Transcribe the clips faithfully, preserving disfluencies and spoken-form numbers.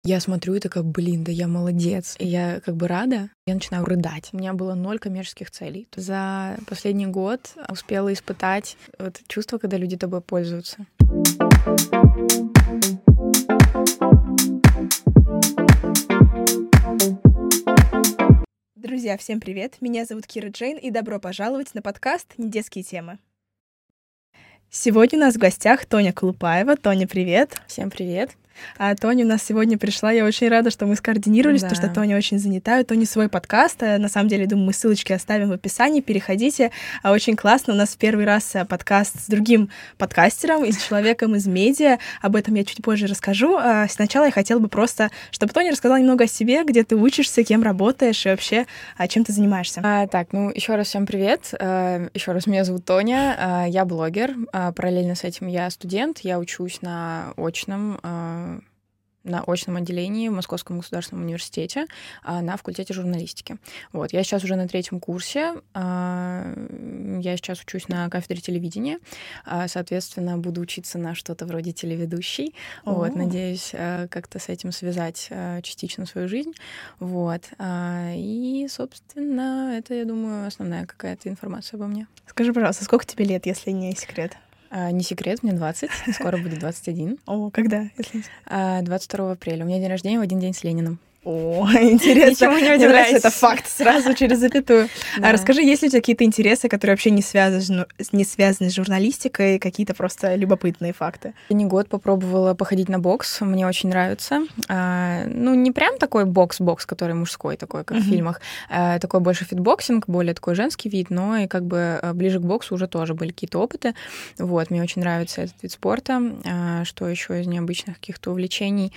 Я смотрю и такая, блин, да я молодец. И я как бы рада, я начинаю рыдать. У меня было ноль коммерческих целей. За последний год успела испытать вот чувство, когда люди тобой пользуются. Друзья, всем привет! Меня зовут Кира Джейн, и добро пожаловать на подкаст «Недетские темы». Сегодня у нас в гостях Тоня Колупаева. Тоня, привет! Всем привет! А Тоня у нас сегодня пришла. Я очень рада, что мы скоординировались, Да. потому что Тоня очень занята. У Тони свой подкаст. На самом деле, думаю, мы ссылочки оставим в описании. Переходите. Очень классно. У нас в первый раз подкаст с другим подкастером и с человеком из медиа. Об этом я чуть позже расскажу. А сначала я хотела бы просто, чтобы Тоня рассказала немного о себе, где ты учишься, кем работаешь и вообще чем ты занимаешься. А, так, ну еще раз всем привет. А, еще раз меня зовут Тоня. А, я блогер. А, параллельно с этим я студент. Я учусь на очном а, на очном отделении в Московском государственном университете на факультете журналистики. Вот. Я сейчас уже на третьем курсе. Я сейчас учусь на кафедре телевидения. Соответственно, буду учиться на что-то вроде телеведущей. Вот. Надеюсь, как-то с этим связать частично свою жизнь. Вот. И, собственно, это, я думаю, основная какая-то информация обо мне. Скажи, пожалуйста, сколько тебе лет, если не секрет? А, не секрет, мне двадцать, скоро будет двадцать один. О, когда? Если... А, двадцать второго апреля. У меня день рождения в один день с Лениным. О, интересно. Ничего не удивляйтесь. Это факт, сразу через запятую. Да. А расскажи, есть ли у тебя какие-то интересы, которые вообще не связаны, не связаны с журналистикой, какие-то просто любопытные факты? Последний год попробовала походить на бокс, мне очень нравится. А, ну, не прям такой бокс-бокс, который мужской такой, как uh-huh. в фильмах. А, такой больше фитбоксинг, более такой женский вид, но и как бы ближе к боксу уже тоже были какие-то опыты. Вот, мне очень нравится этот вид спорта. А, что еще из необычных каких-то увлечений?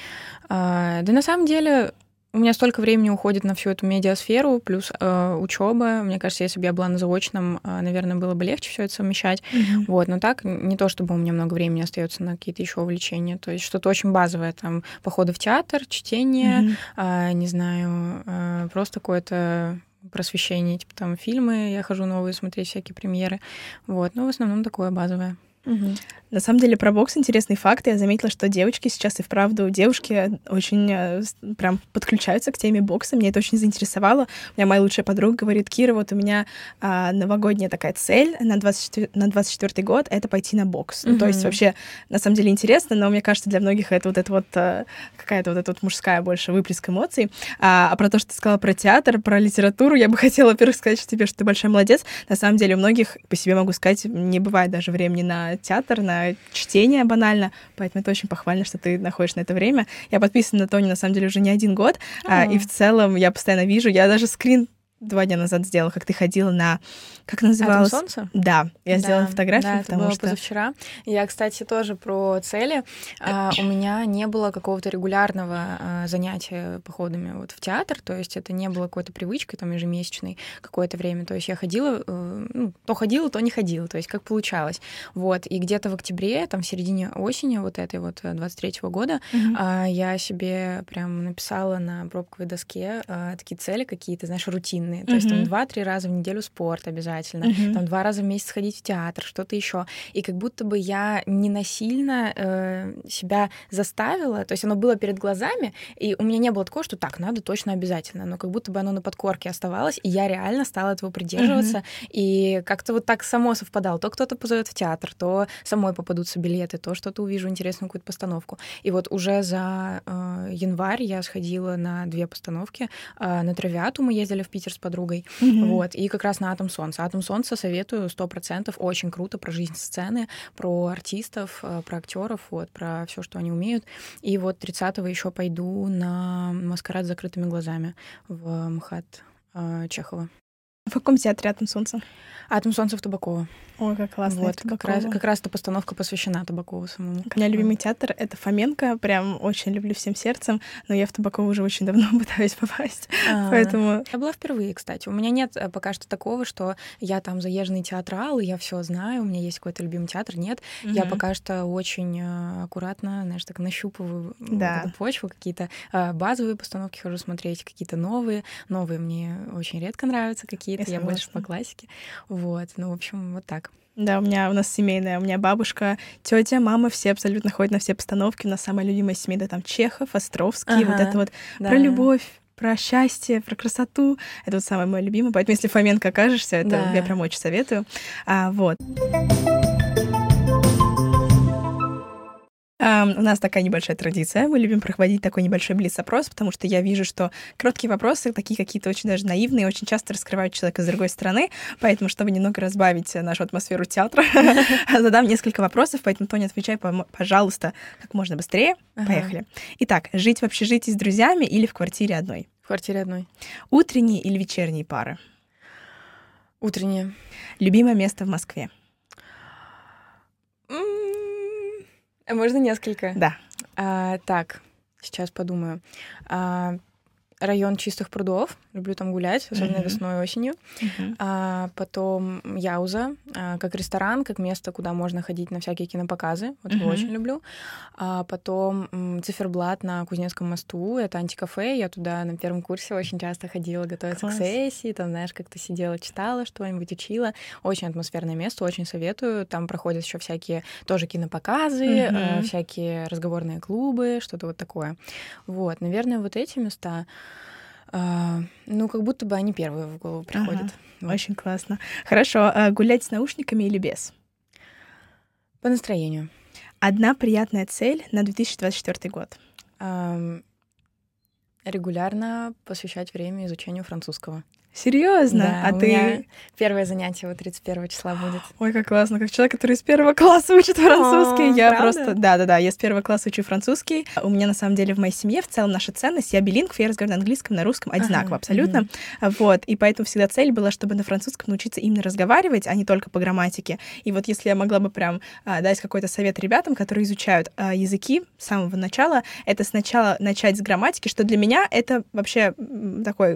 А, да на самом деле... У меня столько времени уходит на всю эту медиасферу, плюс э, учеба. Мне кажется, если бы я была на заочном, э, наверное, было бы легче все это совмещать. Mm-hmm. Вот, но так не то, чтобы у меня много времени остается на какие-то еще увлечения. То есть что-то очень базовое, там походы в театр, чтение, mm-hmm. э, не знаю, э, просто какое-то просвещение, типа там фильмы. Я хожу новые смотреть всякие премьеры. Вот, но в основном такое базовое. Угу. На самом деле про бокс интересный факт. Я заметила, что девочки сейчас и вправду девушки очень прям подключаются к теме бокса. Меня это очень заинтересовало. У меня моя лучшая подруга говорит: Кира, вот у меня а, новогодняя такая цель на двадцать четвёртый год — это пойти на бокс. Угу. Ну, то есть вообще на самом деле интересно, но мне кажется, для многих это вот это вот какая-то вот эта вот мужская больше выплеск эмоций. А, а про то, что ты сказала про театр, про литературу, я бы хотела, во-первых, сказать тебе, что ты большой молодец. На самом деле у многих, по себе могу сказать, не бывает даже времени на театр, на чтение банально, поэтому это очень похвально, что ты находишь на это время. Я подписана на Тоню, на самом деле, уже не один год, а, и в целом я постоянно вижу, я даже скрин два дня назад сделала, как ты ходила на... Как называлось? «Атом солнца»? Да, я да, сделала фотографию, да, это потому было что... позавчера. Я, кстати, тоже про цели. А, у меня не было какого-то регулярного а, занятия походами вот в театр, то есть это не было какой-то привычкой там ежемесячной какое-то время. То есть я ходила, ну, то ходила, то не ходила, то есть как получалось. Вот, и где-то в октябре, там в середине осени вот этой вот двадцать третьего года mm-hmm. а, я себе прям написала на пробковой доске а, такие цели какие-то, знаешь, рутинные. То mm-hmm. есть там два-три раза в неделю спорт обязательно, mm-hmm. там два раза в месяц ходить в театр, что-то еще. И как будто бы я не насильно э, себя заставила, то есть оно было перед глазами, и у меня не было такого, что так, надо точно обязательно, но как будто бы оно на подкорке оставалось, и я реально стала этого придерживаться, mm-hmm. и как-то вот так само совпадало. То кто-то позовет в театр, то самой попадутся билеты, то что-то увижу интересную какую-то постановку. И вот уже за э, январь я сходила на две постановки. Э, на Травиату мы ездили в Питер с подругой, mm-hmm. вот, и как раз на «Атом солнца». «Атом солнца» советую сто процентов, очень круто, про жизнь сцены, про артистов, про актеров, вот, про все, что они умеют. И вот тридцатого еще пойду на «Маскарад с закрытыми глазами» в МХАТ э, Чехова. В каком театре «Атом солнца»? «Атом солнца» в Табаково. Ой, как классно. Вот, как раз, как раз эта постановка посвящена Табакову самому. У меня любимый театр — это Фоменко. Прям очень люблю всем сердцем. Но я в Табаково уже очень давно пытаюсь попасть. А, поэтому... Я была впервые, кстати. У меня нет пока что такого, что я там заезженный театрал, и я все знаю, у меня есть какой-то любимый театр. Нет. Угу. Я пока что очень аккуратно, знаешь, так нащупываю да. вот эту почву. Какие-то базовые постановки хожу смотреть, какие-то новые. Новые мне очень редко нравятся какие-то. какой-то, я, я больше по классике. Вот, ну, в общем, вот так. Да, у меня у нас семейная, у меня бабушка, тетя, мама, все абсолютно ходят на все постановки. У нас самая любимая семейная там Чехов, Островский, ага, вот это вот да. Про любовь, про счастье, про красоту. Это вот самое мое любимое. Поэтому, если Фоменко окажешься, это да. я прям очень советую. А, вот. Um, у нас такая небольшая традиция. Мы любим проводить такой небольшой блиц-опрос, потому что я вижу, что короткие вопросы, такие какие-то очень даже наивные, очень часто раскрывают человека с другой стороны. Поэтому, чтобы немного разбавить нашу атмосферу театра, задам несколько вопросов. Поэтому, Тоня, отвечай, пожалуйста, как можно быстрее. Поехали. Итак, жить в общежитии с друзьями или в квартире одной? В квартире одной. Утренние или вечерние пары? Утренние. Любимое место в Москве? Можно несколько? Да. А, так, сейчас подумаю. А, район Чистых прудов. Люблю там гулять, особенно uh-huh. весной и осенью. Uh-huh. А, потом Яуза, а, как ресторан, как место, куда можно ходить на всякие кинопоказы. Вот uh-huh. его очень люблю. А, потом м, Циферблат на Кузнецком мосту. Это антикафе. Я туда на первом курсе очень часто ходила готовиться Класс. К сессии. Там, знаешь, как-то сидела, читала что-нибудь, учила. Очень атмосферное место, очень советую. Там проходят еще всякие тоже кинопоказы, uh-huh. а, всякие разговорные клубы, что-то вот такое. Вот, наверное, вот эти места... Uh, ну, как будто бы они первые в голову приходят. Ага, вот. Очень классно. Хорошо. А гулять с наушниками или без? По настроению. Одна приятная цель на две тысячи двадцать четвёртый год. Uh, регулярно посвящать время изучению французского. Серьезно? Да, а у ты... меня первое занятие вот тридцать первого числа будет. Ой, как классно. Как человек, который из первого класса учит французский. О, я правда? просто... Да-да-да, я с первого класса учу французский. У меня, на самом деле, в моей семье в целом наша ценность. Я билингв, я разговариваю на английском, на русском одинаково ага, абсолютно. Угу. Вот. И поэтому всегда цель была, чтобы на французском научиться именно разговаривать, а не только по грамматике. И вот если я могла бы прям а, дать какой-то совет ребятам, которые изучают а, языки с самого начала, это сначала начать с грамматики, что для меня это вообще такой...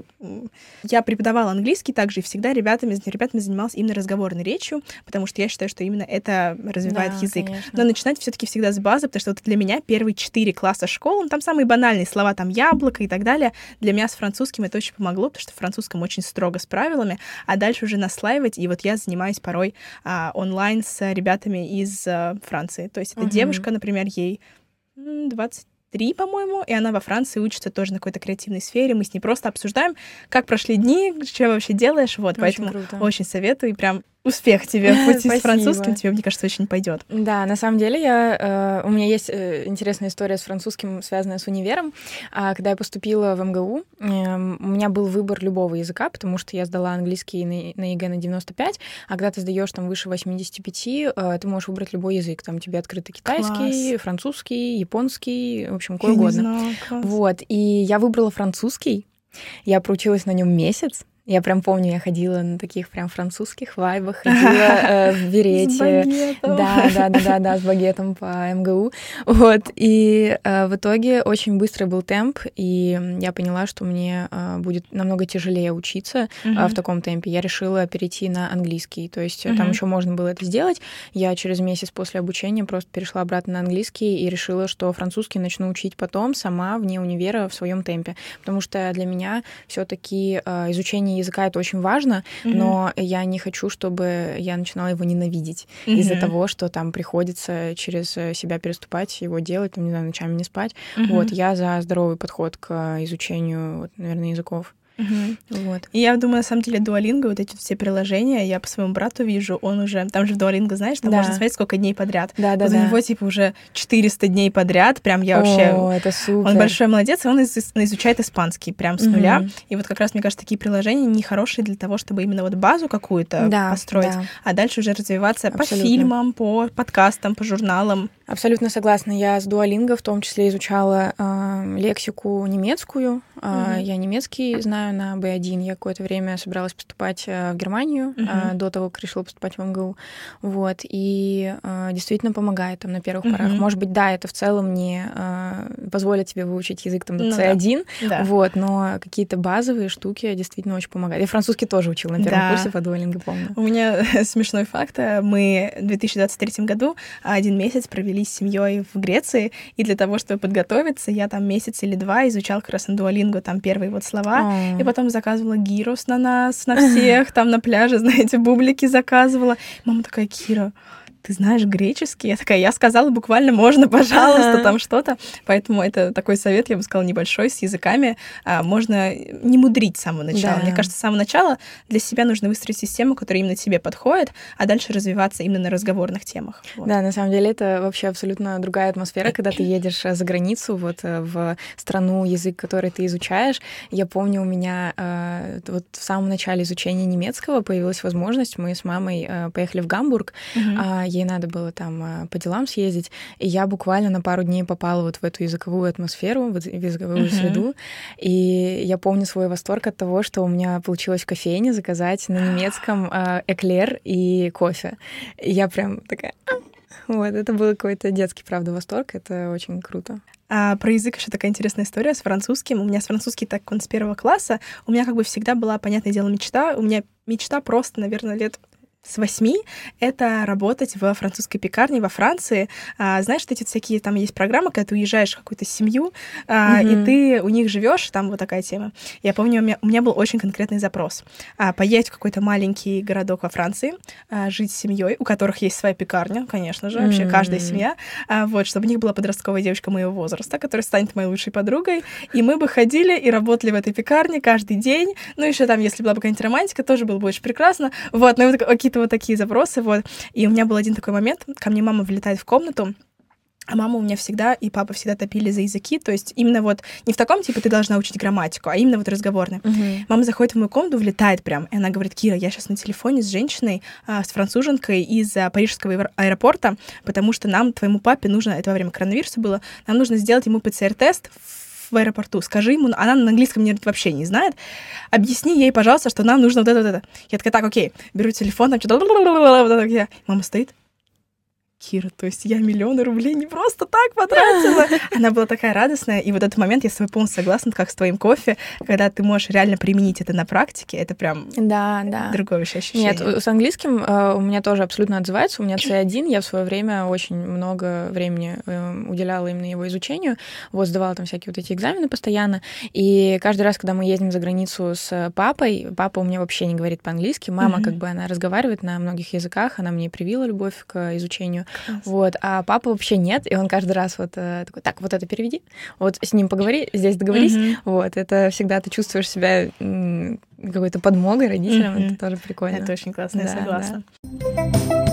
Я преподавала английский, также и всегда ребятами, ребятами занималась именно разговорной речью, потому что я считаю, что именно это развивает да, язык. Конечно. Но начинать все-таки всегда с базы, потому что вот для меня первые четыре класса школы, там самые банальные слова, там яблоко и так далее, для меня с французским это очень помогло, потому что в французском очень строго с правилами, а дальше уже наслаивать, и вот я занимаюсь порой а, онлайн с ребятами из а, Франции. То есть эта uh-huh. девушка, например, ей двадцать три, по-моему, и она во Франции учится тоже на какой-то креативной сфере. Мы с ней просто обсуждаем, как прошли дни, что вообще делаешь. Вот, очень поэтому круто. Очень советую. И прям успех тебе в пути с французским. Тебе, мне кажется, очень пойдет. Да, на самом деле я, э, у меня есть э, интересная история с французским, связанная с универом. А, когда я поступила в эм гэ у, э, у меня был выбор любого языка, потому что я сдала английский на, на ЕГЭ на девяносто пять, а когда ты сдаешь там выше восемьдесят пять, э, ты можешь выбрать любой язык. Там тебе открыто китайский, Класс. Французский, японский, в общем, какой я угодно. Вот. И я выбрала французский. Я проучилась на нем месяц. Я прям помню, я ходила на таких прям французских вайбах, ходила э, в берете. С багетом. Да, да, да, да, да, с багетом по эм гэ у. Вот. И э, в итоге очень быстрый был темп, и я поняла, что мне э, будет намного тяжелее учиться uh-huh. э, в таком темпе. Я решила перейти на английский. То есть uh-huh. там еще можно было это сделать. Я через месяц после обучения просто перешла обратно на английский и решила, что французский начну учить потом сама вне универа в своем темпе. Потому что для меня все-таки э, изучение языка — это очень важно, mm-hmm. но я не хочу, чтобы я начинала его ненавидеть mm-hmm. из-за того, что там приходится через себя переступать, его делать, там, не знаю, ночами не спать. Mm-hmm. Вот, я за здоровый подход к изучению, вот, наверное, языков. Uh-huh. Вот. И я думаю, на самом деле, Duolingo, вот эти все приложения, я по своему брату вижу, он уже... Там же в Duolingo, знаешь, там да. можно смотреть, сколько дней подряд. Да, да, вот да. у него, типа, уже четыреста дней подряд, прям я вообще... О, это супер. Он большой молодец, и он из- изучает испанский прям с uh-huh. нуля. И вот как раз, мне кажется, такие приложения нехорошие для того, чтобы именно вот базу какую-то да, построить, да. а дальше уже развиваться Абсолютно. По фильмам, по подкастам, по журналам. Абсолютно согласна. Я с Duolingo в том числе изучала э, лексику немецкую. Uh-huh. Э, я немецкий знаю на бэ один. Я какое-то время собиралась поступать э, в Германию, uh-huh. э, до того, как решила поступать в эм гэ у. Вот. И э, действительно помогает там на первых uh-huh. порах. Может быть, да, это в целом не э, позволит тебе выучить язык там до си один, ну, да. вот, но какие-то базовые штуки действительно очень помогают. Я французский тоже учила на первом да. курсе по Duolingo, помню. У меня смешной факт. Мы в две тысячи двадцать третьем году один месяц провели провели с семьей в Греции, и для того, чтобы подготовиться, я там месяц или два изучала как раз на Duolingo там первые вот слова, oh. и потом заказывала гирос на нас, на всех, там на пляже, знаете, бублики заказывала. Мама такая: Кира, ты знаешь греческий? Я такая: я сказала буквально можно, пожалуйста, там что-то. Поэтому это такой совет, я бы сказала, небольшой, с языками. А, можно не мудрить с самого начала. Да. Мне кажется, с самого начала для себя нужно выстроить систему, которая именно тебе подходит, а дальше развиваться именно на разговорных темах. Вот. Да, на самом деле это вообще абсолютно другая атмосфера, когда ты едешь за границу, вот в страну, язык, который ты изучаешь. Я помню, у меня вот в самом начале изучения немецкого появилась возможность, мы с мамой поехали в Гамбург, mm-hmm. ей надо было там по делам съездить, и я буквально на пару дней попала вот в эту языковую атмосферу, в языковую uh-huh. среду, и я помню свой восторг от того, что у меня получилось в кофейне заказать на немецком эклер и кофе. И я прям такая... Вот, это был какой-то детский, правда, восторг, это очень круто. А про язык еще такая интересная история с французским. У меня с французский, так как он с первого класса, у меня как бы всегда была, понятное дело, мечта. У меня мечта просто, наверное, лет... с восьми это работать во французской пекарне во Франции. А, знаешь, что эти всякие, там есть программы, когда ты уезжаешь в какую-то семью, а, mm-hmm. и ты у них живешь, там вот такая тема. Я помню, у меня, у меня был очень конкретный запрос. А, поехать в какой-то маленький городок во Франции, а, жить с семьей, у которых есть своя пекарня, конечно же, вообще mm-hmm. каждая семья, а, вот, чтобы у них была подростковая девочка моего возраста, которая станет моей лучшей подругой, и мы бы ходили и работали в этой пекарне каждый день. Ну, еще там, если была бы какая-нибудь романтика, тоже было бы очень прекрасно. Вот, ну, вот какие-то вот такие запросы, вот. И у меня был один такой момент, ко мне мама влетает в комнату, а мама у меня всегда и папа всегда топили за языки, то есть именно вот не в таком, типа, ты должна учить грамматику, а именно вот разговорный. Uh-huh. Мама заходит в мою комнату, влетает прям, и она говорит: Кира, я сейчас на телефоне с женщиной, а, с француженкой из а, парижского аэропорта, потому что нам, твоему папе, нужно, это во время коронавируса было, нам нужно сделать ему ПЦР-тест в аэропорту. Скажи ему, она на английском не, вообще не знает. Объясни ей, пожалуйста, что нам нужно вот это, вот это. Я такая: так, окей, беру телефон, там что-то... Мама стоит: Кира, то есть я миллионы рублей не просто так потратила. Она была такая радостная, и вот этот момент, я с тобой полностью согласна, как с твоим кофе, когда ты можешь реально применить это на практике, это прям да, да. другое вообще ощущение. Нет, с английским э, у меня тоже абсолютно отзывается, у меня си один, я в свое время очень много времени э, уделяла именно его изучению, вот, сдавала там всякие вот эти экзамены постоянно, и каждый раз, когда мы ездим за границу с папой, папа у меня вообще не говорит по-английски, мама mm-hmm. как бы, она разговаривает на многих языках, она мне привила любовь к изучению. Класс. Вот, а папа вообще нет, и он каждый раз вот э, такой: так, вот это переведи, вот с ним поговори, здесь договорись, mm-hmm. вот, это всегда ты чувствуешь себя м- какой-то подмогой родителям, mm-hmm. это тоже прикольно. Это очень классно, да, я согласна. Да.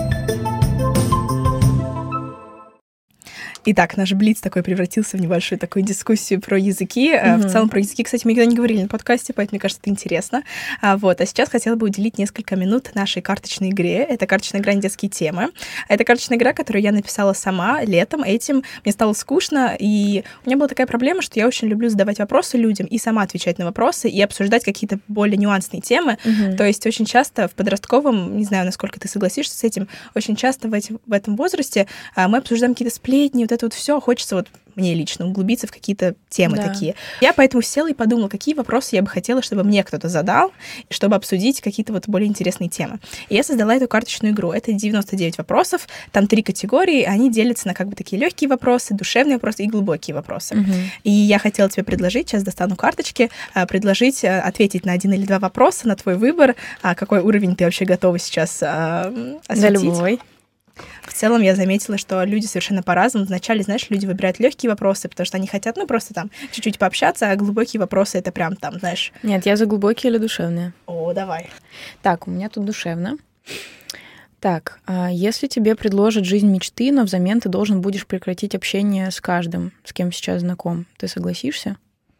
Итак, наш блиц такой превратился в небольшую такую дискуссию про языки. Mm-hmm. В целом про языки, кстати, мы никогда не говорили на подкасте, поэтому, мне кажется, это интересно. А, вот. а сейчас хотела бы уделить несколько минут нашей карточной игре. Это карточная игра «Детские темы». Это карточная игра, которую я написала сама летом. Этим мне стало скучно, и у меня была такая проблема, что я очень люблю задавать вопросы людям и сама отвечать на вопросы, и обсуждать какие-то более нюансные темы. Mm-hmm. То есть очень часто в подростковом, не знаю, насколько ты согласишься с этим, очень часто в, эти, в этом возрасте а, мы обсуждаем какие-то сплетни, вот это вот все, хочется вот мне лично углубиться в какие-то темы да. такие. Я поэтому села и подумала, какие вопросы я бы хотела, чтобы мне кто-то задал, чтобы обсудить какие-то вот более интересные темы. И я создала эту карточную игру. Это девяносто девять вопросов, там три категории, они делятся на как бы такие легкие вопросы, душевные вопросы и глубокие вопросы. Угу. И я хотела тебе предложить, сейчас достану карточки, предложить ответить на один или два вопроса, на твой выбор, какой уровень ты вообще готова сейчас осветить. Да, любой. В целом я заметила, что люди совершенно по-разному. Вначале, знаешь, люди выбирают легкие вопросы, потому что они хотят, ну, просто там чуть-чуть пообщаться, а глубокие вопросы — это прям там, знаешь... Нет, я за глубокие или душевные. О, давай. Так, у меня тут душевно. Так, если тебе предложат жизнь мечты, но взамен ты должен будешь прекратить общение с каждым, с кем сейчас знаком, ты согласишься?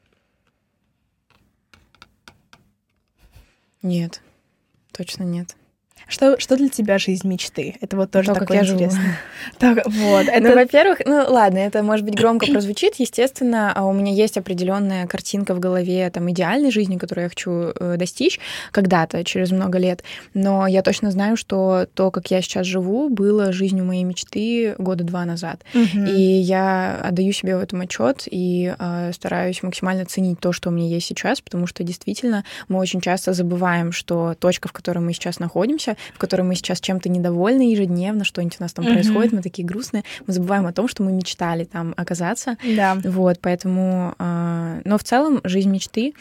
Нет, точно нет. Что, что для тебя жизнь мечты? Это вот тоже то, такое как я интересно. Живу. Так, вот. Это... Ну, во-первых, ну ладно, это, может быть, громко прозвучит. Естественно, у меня есть определенная картинка в голове там идеальной жизни, которую я хочу э, достичь когда-то, через много лет. Но я точно знаю, что то, как я сейчас живу, было жизнью моей мечты года два назад. Угу. И я отдаю себе в этом отчет и э, стараюсь максимально ценить то, что у меня есть сейчас, потому что действительно мы очень часто забываем, что точка, в которой мы сейчас находимся, работа, в которой мы сейчас чем-то недовольны ежедневно, что-нибудь у нас там mm-hmm. происходит, мы такие грустные, мы забываем о том, что мы мечтали там оказаться. Да. Вот, поэтому... Но в целом жизнь мечты...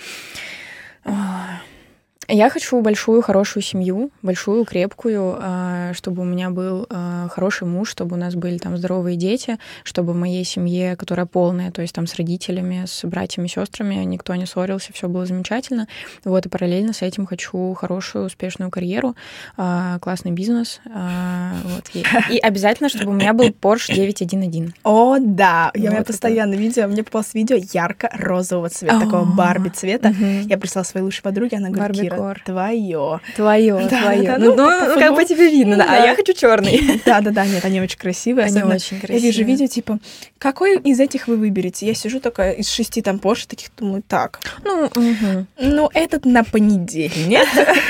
Я хочу большую, хорошую семью, большую, крепкую, чтобы у меня был хороший муж, чтобы у нас были там здоровые дети, чтобы в моей семье, которая полная, то есть там с родителями, с братьями, сестрами, никто не ссорился, все было замечательно. Вот, и параллельно с этим хочу хорошую, успешную карьеру, классный бизнес. Вот. И, и обязательно, чтобы у меня был Porsche девять один один. О, да! Я вот у меня это... постоянно видео, мне попалось видео ярко-розового цвета, такого Барби цвета. Угу. Я прислала своей лучшей подруге, она говорит, Кира, твое. Твое, да, твое. Да, ну, ну, ну как по тебе видно, да. А я хочу черный. Да, да, да, нет, они очень красивые. Они очень красивые. Я вижу видео, типа, какой из этих вы выберете? Я сижу такая из шести там Porsche, таких думаю, так. Ну, угу. ну этот на понедельник.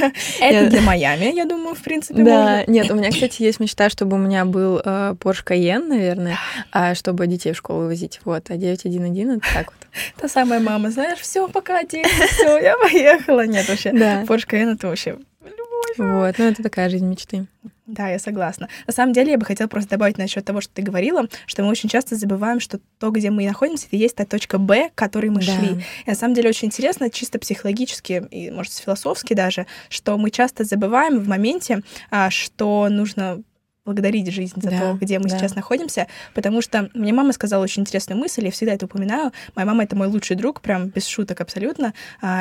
Это для Майами, я думаю, в принципе. Да, нет, у меня, кстати, есть мечта, чтобы у меня был Porsche Cayenne, наверное, чтобы детей в школу возить. Вот, а девять один один это так вот. Та самая мама, знаешь, все, пока, дети, все, я поехала. Нет, вообще, да. Porsche Cayenne это вообще любовь. Вот, ну это такая жизнь мечты. Да, я согласна. На самом деле, я бы хотела просто добавить насчет того, что ты говорила, что мы очень часто забываем, что то, где мы находимся, это есть та точка Б, к которой мы да. шли. И на самом деле очень интересно, чисто психологически и, может, философски даже, что мы часто забываем в моменте, что нужно благодарить жизнь за да, то, где мы да. сейчас находимся, потому что мне мама сказала очень интересную мысль, я всегда это упоминаю. Моя мама — это мой лучший друг, прям без шуток абсолютно,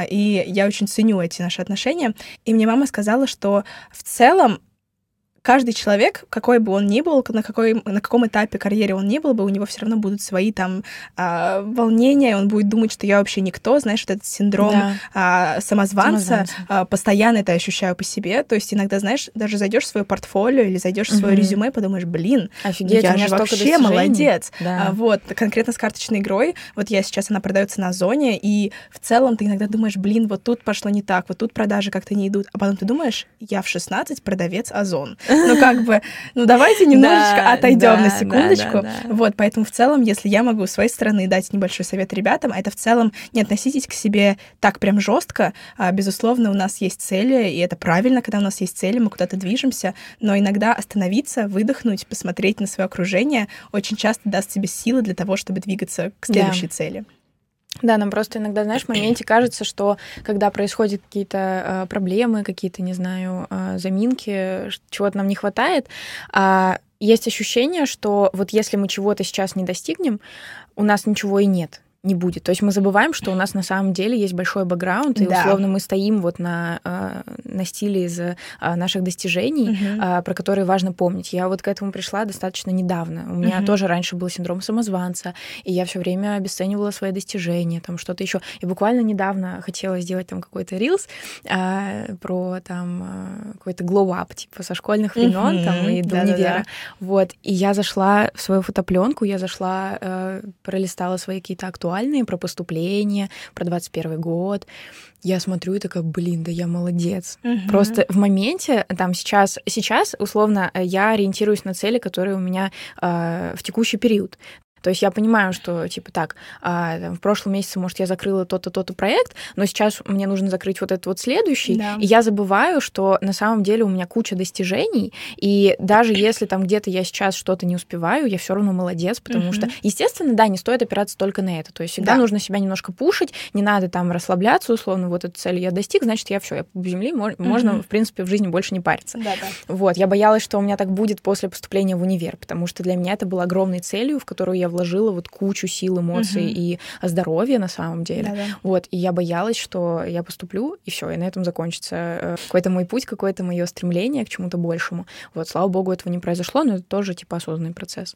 и я очень ценю эти наши отношения. И мне мама сказала, что в целом каждый человек, какой бы он ни был, на, какой, на каком этапе карьеры он ни был бы, у него все равно будут свои там а, волнения, он будет думать, что я вообще никто, знаешь, вот этот синдром да. а, самозванца, самозванца. А, постоянно это ощущаю по себе, то есть иногда, знаешь, даже зайдешь в свое портфолио или зайдешь в свое mm-hmm. резюме, подумаешь, блин, офигеть, я же вообще достижений. Молодец. Да. А, вот, конкретно с карточной игрой, вот я сейчас, она продается на Озоне, и в целом ты иногда думаешь, блин, вот тут пошло не так, вот тут продажи как-то не идут, а потом ты думаешь, я в шестнадцать продавец Озон. Ну, как бы, ну, давайте немножечко да, отойдем да, на секундочку. Да, да, да. Вот, поэтому в целом, если я могу с своей стороны дать небольшой совет ребятам, это в целом не относитесь к себе так прям жестко. А, безусловно, у нас есть цели, и это правильно, когда у нас есть цели, мы куда-то движемся, но иногда остановиться, выдохнуть, посмотреть на свое окружение очень часто даст тебе силы для того, чтобы двигаться к следующей да. цели. Да, нам просто иногда, знаешь, в моменте кажется, что когда происходят какие-то э, проблемы, какие-то, не знаю, э, заминки, чего-то нам не хватает, э, есть ощущение, что вот если мы чего-то сейчас не достигнем, у нас ничего и нет. не будет. То есть мы забываем, что у нас на самом деле есть большой бэкграунд, и да. условно мы стоим вот на, на стиле из наших достижений, угу. про которые важно помнить. Я вот к этому пришла достаточно недавно. У меня угу. тоже раньше был синдром самозванца, и я все время обесценивала свои достижения, там что-то еще. И буквально недавно хотела сделать там какой-то рилс а, про там какой-то glow-up, типа со школьных времен угу. там и до да, универа. Да, да. Вот. И я зашла в свою фотопленку, я зашла, э, пролистала свои какие-то актуальные про поступление, про двадцать первый год. Я смотрю и такая, блин, да я молодец. Угу. Просто в моменте, там сейчас, сейчас, условно, я ориентируюсь на цели, которые у меня э, в текущий период. То есть я понимаю, что, типа, так, а, там, в прошлом месяце, может, я закрыла то-то, то-то проект, но сейчас мне нужно закрыть вот этот вот следующий, да. и я забываю, что на самом деле у меня куча достижений, и даже если там где-то я сейчас что-то не успеваю, я все равно молодец, потому угу. что, естественно, да, не стоит опираться только на это. То есть всегда да. нужно себя немножко пушить, не надо там расслабляться, условно, вот эту цель я достиг, значит, я все, я по земле, угу. можно, в принципе, в жизни больше не париться. Да, да. Вот, я боялась, что у меня так будет после поступления в универ, потому что для меня это было огромной целью, в которую я вложила вот кучу сил, эмоций uh-huh. и здоровья на самом деле. Да-да. Вот, и я боялась, что я поступлю, и все, и на этом закончится какой-то мой путь, какое-то мое стремление к чему-то большему. Вот, слава богу, этого не произошло, но это тоже типа осознанный процесс.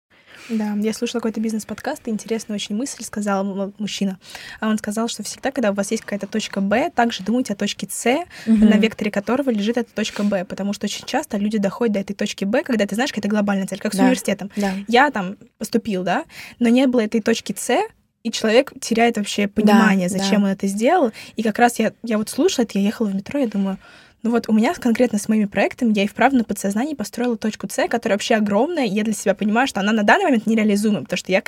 Да, я слушала какой-то бизнес-подкаст, и интересную очень мысль сказал мужчина. А он сказал, что всегда, когда у вас есть какая-то точка Б, также думайте о точке С, uh-huh. на векторе которого лежит эта точка Б, потому что очень часто люди доходят до этой точки Б, когда ты знаешь, какая-то глобальная цель, как да. с университетом. Да. Я там поступил, да, но не было этой точки С, и человек теряет вообще понимание, да, зачем да. он это сделал. И как раз я, я вот слушала это, я ехала в метро, я думаю... Ну вот у меня конкретно с моими проектами я и вправду на подсознании построила точку С, которая вообще огромная, и я для себя понимаю, что она на данный момент нереализуема, потому что я к ней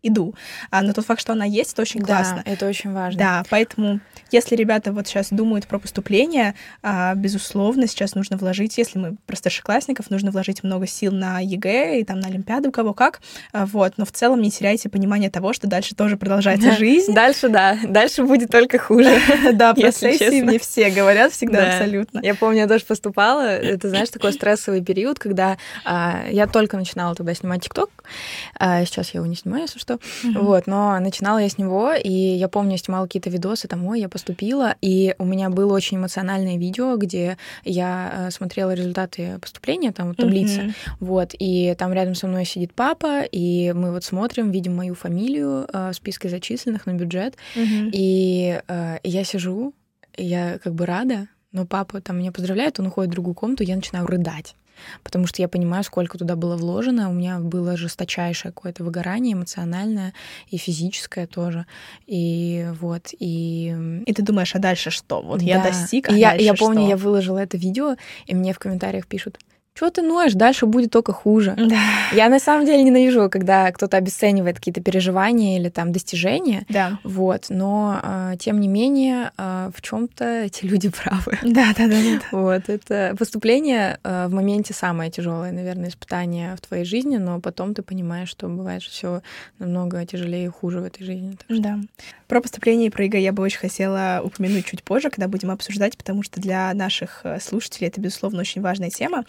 иду. А, но тот факт, что она есть, это очень Да, классно. это очень важно. Да, поэтому если ребята вот сейчас думают про поступление, а, безусловно, сейчас нужно вложить, если мы про старшеклассников, нужно вложить много сил на ЕГЭ и там на Олимпиаду, у кого как, а, вот, но в целом не теряйте понимание того, что дальше тоже продолжается жизнь. Дальше, да, дальше будет только хуже. Да, про сессии мне все говорят всегда абсолютно. Я помню, я тоже поступала, это, знаешь, такой стрессовый период, когда я только начинала тогда снимать ТикТок, сейчас я его не снимаю, если что, вот, но начинала я с него, и я помню, я снимала какие-то видосы, там, ой, я поступила, и у меня было очень эмоциональное видео, где я смотрела результаты поступления, там вот таблица, mm-hmm. вот, и там рядом со мной сидит папа, и мы вот смотрим, видим мою фамилию в списке зачисленных на бюджет, mm-hmm. и э, я сижу, я как бы рада, но папа там меня поздравляет, он уходит в другую комнату, я начинаю рыдать. Потому что я понимаю, сколько туда было вложено. У меня было жесточайшее какое-то выгорание эмоциональное и физическое тоже. И вот, и... И ты думаешь, а дальше что? Вот да. я достиг, а и дальше я, я помню, что? я выложила это видео, и мне в комментариях пишут: чего ты ноешь, дальше будет только хуже. Да. Я на самом деле ненавижу, когда кто-то обесценивает какие-то переживания или там достижения. Да. Вот. Но э, тем не менее, э, в чем-то эти люди правы. Да, да, да, да. Вот. Это поступление э, в моменте самое тяжелое, наверное, испытание в твоей жизни, но потом ты понимаешь, что бывает все намного тяжелее и хуже в этой жизни. Так что... Да. Про поступление и про ЕГЭ я бы очень хотела упомянуть чуть позже, когда будем обсуждать, потому что для наших слушателей это, безусловно, очень важная тема.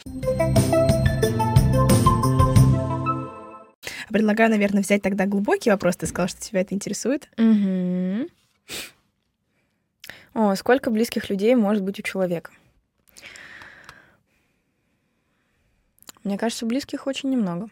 Предлагаю, наверное, взять тогда глубокий вопрос. Ты сказала, что тебя это интересует. Угу. О, сколько близких людей может быть у человека? Мне кажется, близких очень немного.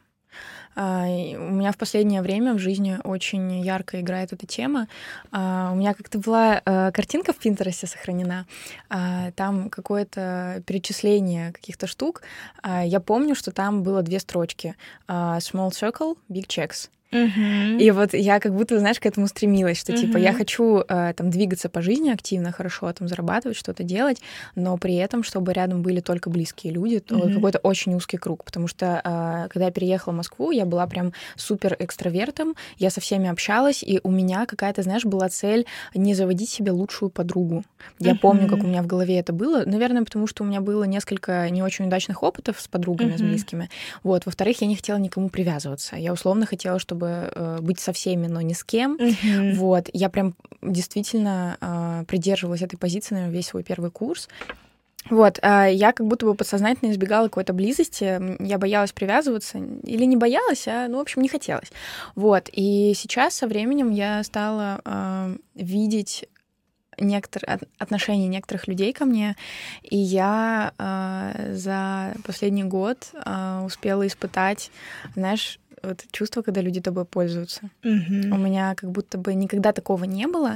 Uh, у меня в последнее время в жизни очень ярко играет эта тема. Uh, у меня как-то была uh, картинка в Пинтересте сохранена. Uh, там какое-то перечисление каких-то штук. Uh, я помню, что там было две строчки. Uh, small circle, big checks. Uh-huh. И вот я как будто, знаешь, к этому стремилась, что, uh-huh. типа, я хочу э, там двигаться по жизни активно, хорошо там зарабатывать, что-то делать, но при этом, чтобы рядом были только близкие люди, uh-huh. какой-то очень узкий круг, потому что э, когда я переехала в Москву, я была прям супер экстравертом, я со всеми общалась, и у меня какая-то, знаешь, была цель не заводить себе лучшую подругу. Я uh-huh. помню, как у меня в голове это было, наверное, потому что у меня было несколько не очень удачных опытов с подругами, uh-huh. с близкими. Вот. Во-вторых, я не хотела никому привязываться. Я условно хотела, чтобы быть со всеми, но ни с кем. Uh-huh. Вот. Я прям действительно э, придерживалась этой позиции, наверное, весь свой первый курс. Вот. Э, я как будто бы подсознательно избегала какой-то близости. Я боялась привязываться. Или не боялась, а, ну, в общем, не хотелось. Вот. И сейчас со временем я стала э, видеть некоторые отношения некоторых людей ко мне, и я э, за последний год э, успела испытать, знаешь, вот чувство, когда люди тобой пользуются. Mm-hmm. У меня как будто бы никогда такого не было,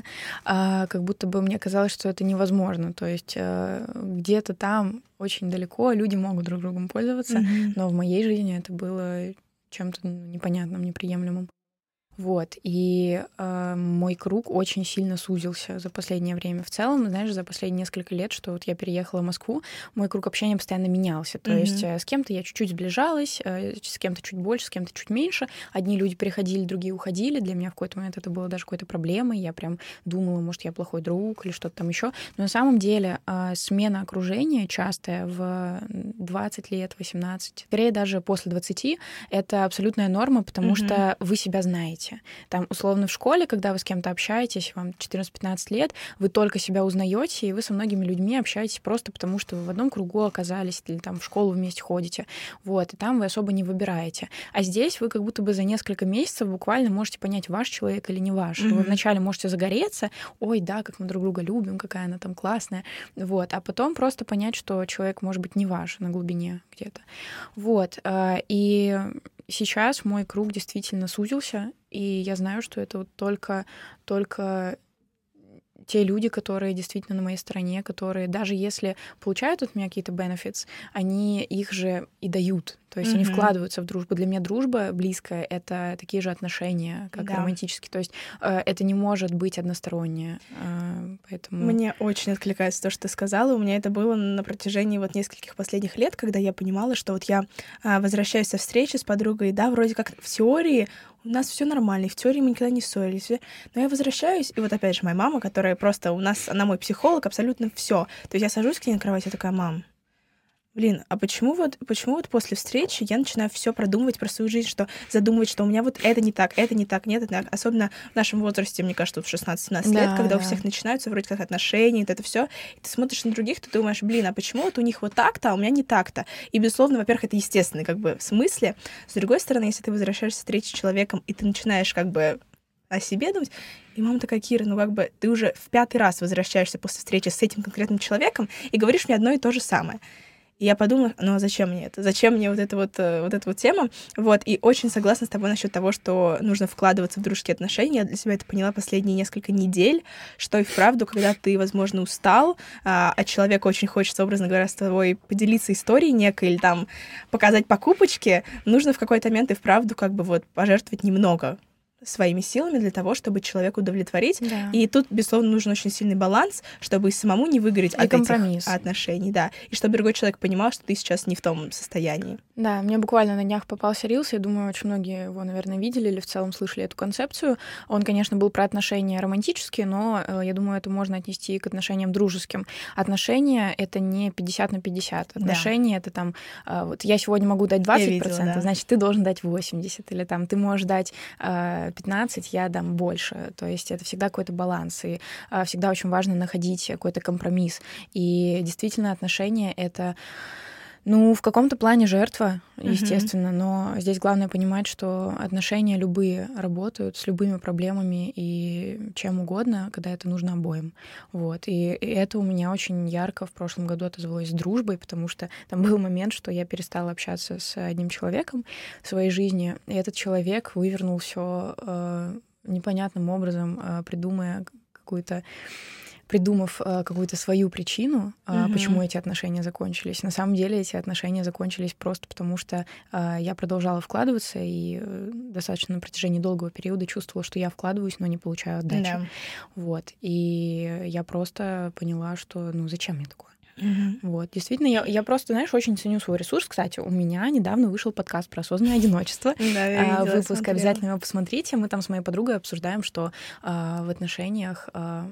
а как будто бы мне казалось, что это невозможно. То есть э, где-то там очень далеко люди могут друг другом пользоваться, mm-hmm. но в моей жизни это было чем-то непонятным, неприемлемым. Вот, и э, мой круг очень сильно сузился за последнее время. В целом, знаешь, за последние несколько лет, что вот я переехала в Москву, мой круг общения постоянно менялся. То mm-hmm. есть э, с кем-то я чуть-чуть сближалась, э, с кем-то чуть больше, с кем-то чуть меньше. Одни люди приходили, другие уходили. Для меня в какой-то момент это было даже какой-то проблемой. Я прям думала, может, я плохой друг или что-то там еще. Но на самом деле э, смена окружения частая в двадцать лет, восемнадцать, скорее даже после двадцати, это абсолютная норма, потому mm-hmm. что вы себя знаете. Там, условно, в школе, когда вы с кем-то общаетесь, вам четырнадцать-пятнадцать лет, вы только себя узнаете, и вы со многими людьми общаетесь просто потому, что вы в одном кругу оказались, или там в школу вместе ходите. Вот, и там вы особо не выбираете. А здесь вы как будто бы за несколько месяцев буквально можете понять, ваш человек или не ваш. Mm-hmm. Вы вначале можете загореться, ой, да, как мы друг друга любим, какая она там классная. Вот, а потом просто понять, что человек может быть не ваш на глубине где-то. Вот, и сейчас мой круг действительно сузился, и я знаю, что это вот только, только те люди, которые действительно на моей стороне, которые даже если получают от меня какие-то benefits, они их же и дают. То есть mm-hmm. они вкладываются в дружбу. Для меня дружба близкая — это такие же отношения, как да. и романтические. То есть э, это не может быть одностороннее. Э, поэтому... Мне очень откликается то, что ты сказала. У меня это было на протяжении вот нескольких последних лет, когда я понимала, что вот я э, возвращаюсь со встречи с подругой, да, вроде как в теории у нас все нормально, и в теории мы никогда не ссорились. Но я возвращаюсь, и вот опять же моя мама, которая просто у нас, она мой психолог, абсолютно все. То есть я сажусь к ней на кровать, я такая: мам, блин, а почему вот, почему вот после встречи я начинаю все продумывать про свою жизнь, что задумывать, что у меня вот это не так, это не так, нет, это не так. Особенно в нашем возрасте, мне кажется, в шестнадцать-семнадцать Да, лет, когда да. у всех начинаются вроде как отношения, вот это все, и ты смотришь на других, ты думаешь: блин, а почему вот у них вот так-то, а у меня не так-то? И, безусловно, во-первых, это естественно, как бы, в смысле. С другой стороны, если ты возвращаешься с встречи с человеком, и ты начинаешь как бы о себе думать, и мама такая: Кира, ну как бы ты уже в пятый раз возвращаешься после встречи с этим конкретным человеком и говоришь мне одно и то же самое. И я подумала: ну а зачем мне это? Зачем мне вот эта вот, вот эта вот тема? Вот, и очень согласна с тобой насчет того, что нужно вкладываться в дружеские отношения. Я для себя это поняла последние несколько недель, что и вправду, когда ты, возможно, устал, а, а человеку очень хочется, образно говоря, с тобой поделиться историей некой или там показать покупочки, нужно в какой-то момент и вправду как бы вот пожертвовать немного своими силами для того, чтобы человека удовлетворить. Да. И тут, безусловно, нужен очень сильный баланс, чтобы и самому не выгореть И от компромисс. этих отношений, да, и чтобы другой человек понимал, что ты сейчас не в том состоянии. Да, мне буквально на днях попался рилс, я думаю, очень многие его, наверное, видели или в целом слышали эту концепцию. Он, конечно, был про отношения романтические, но э, я думаю, это можно отнести к отношениям дружеским. Отношения — это не пятьдесят на пятьдесят. Отношения да. — это там, э, вот я сегодня могу дать двадцать процентов, видела, да. значит, ты должен дать восемьдесят процентов, или там ты можешь дать э, пятнадцать, я дам больше. То есть это всегда какой-то баланс, и э, всегда очень важно находить какой-то компромисс. И действительно, отношения — это... Ну, в каком-то плане жертва, естественно, uh-huh. но здесь главное понимать, что отношения любые работают с любыми проблемами и чем угодно, когда это нужно обоим. Вот. И, и это у меня очень ярко в прошлом году отозвалось с дружбой, потому что там был момент, что я перестала общаться с одним человеком в своей жизни, и этот человек вывернул все э, непонятным образом, э, придумая какую-то придумав э, какую-то свою причину, э, mm-hmm. почему эти отношения закончились. На самом деле эти отношения закончились просто потому, что э, я продолжала вкладываться и э, достаточно на протяжении долгого периода чувствовала, что я вкладываюсь, но не получаю отдачи. Yeah. Вот. И я просто поняла, что ну зачем мне такое? Mm-hmm. Вот, действительно, я, я просто, знаешь, очень ценю свой ресурс. Кстати, у меня недавно вышел подкаст про осознанное одиночество. Да, я видела, Выпуск, смотрела. Обязательно его посмотрите. Мы там с моей подругой обсуждаем, что в отношениях...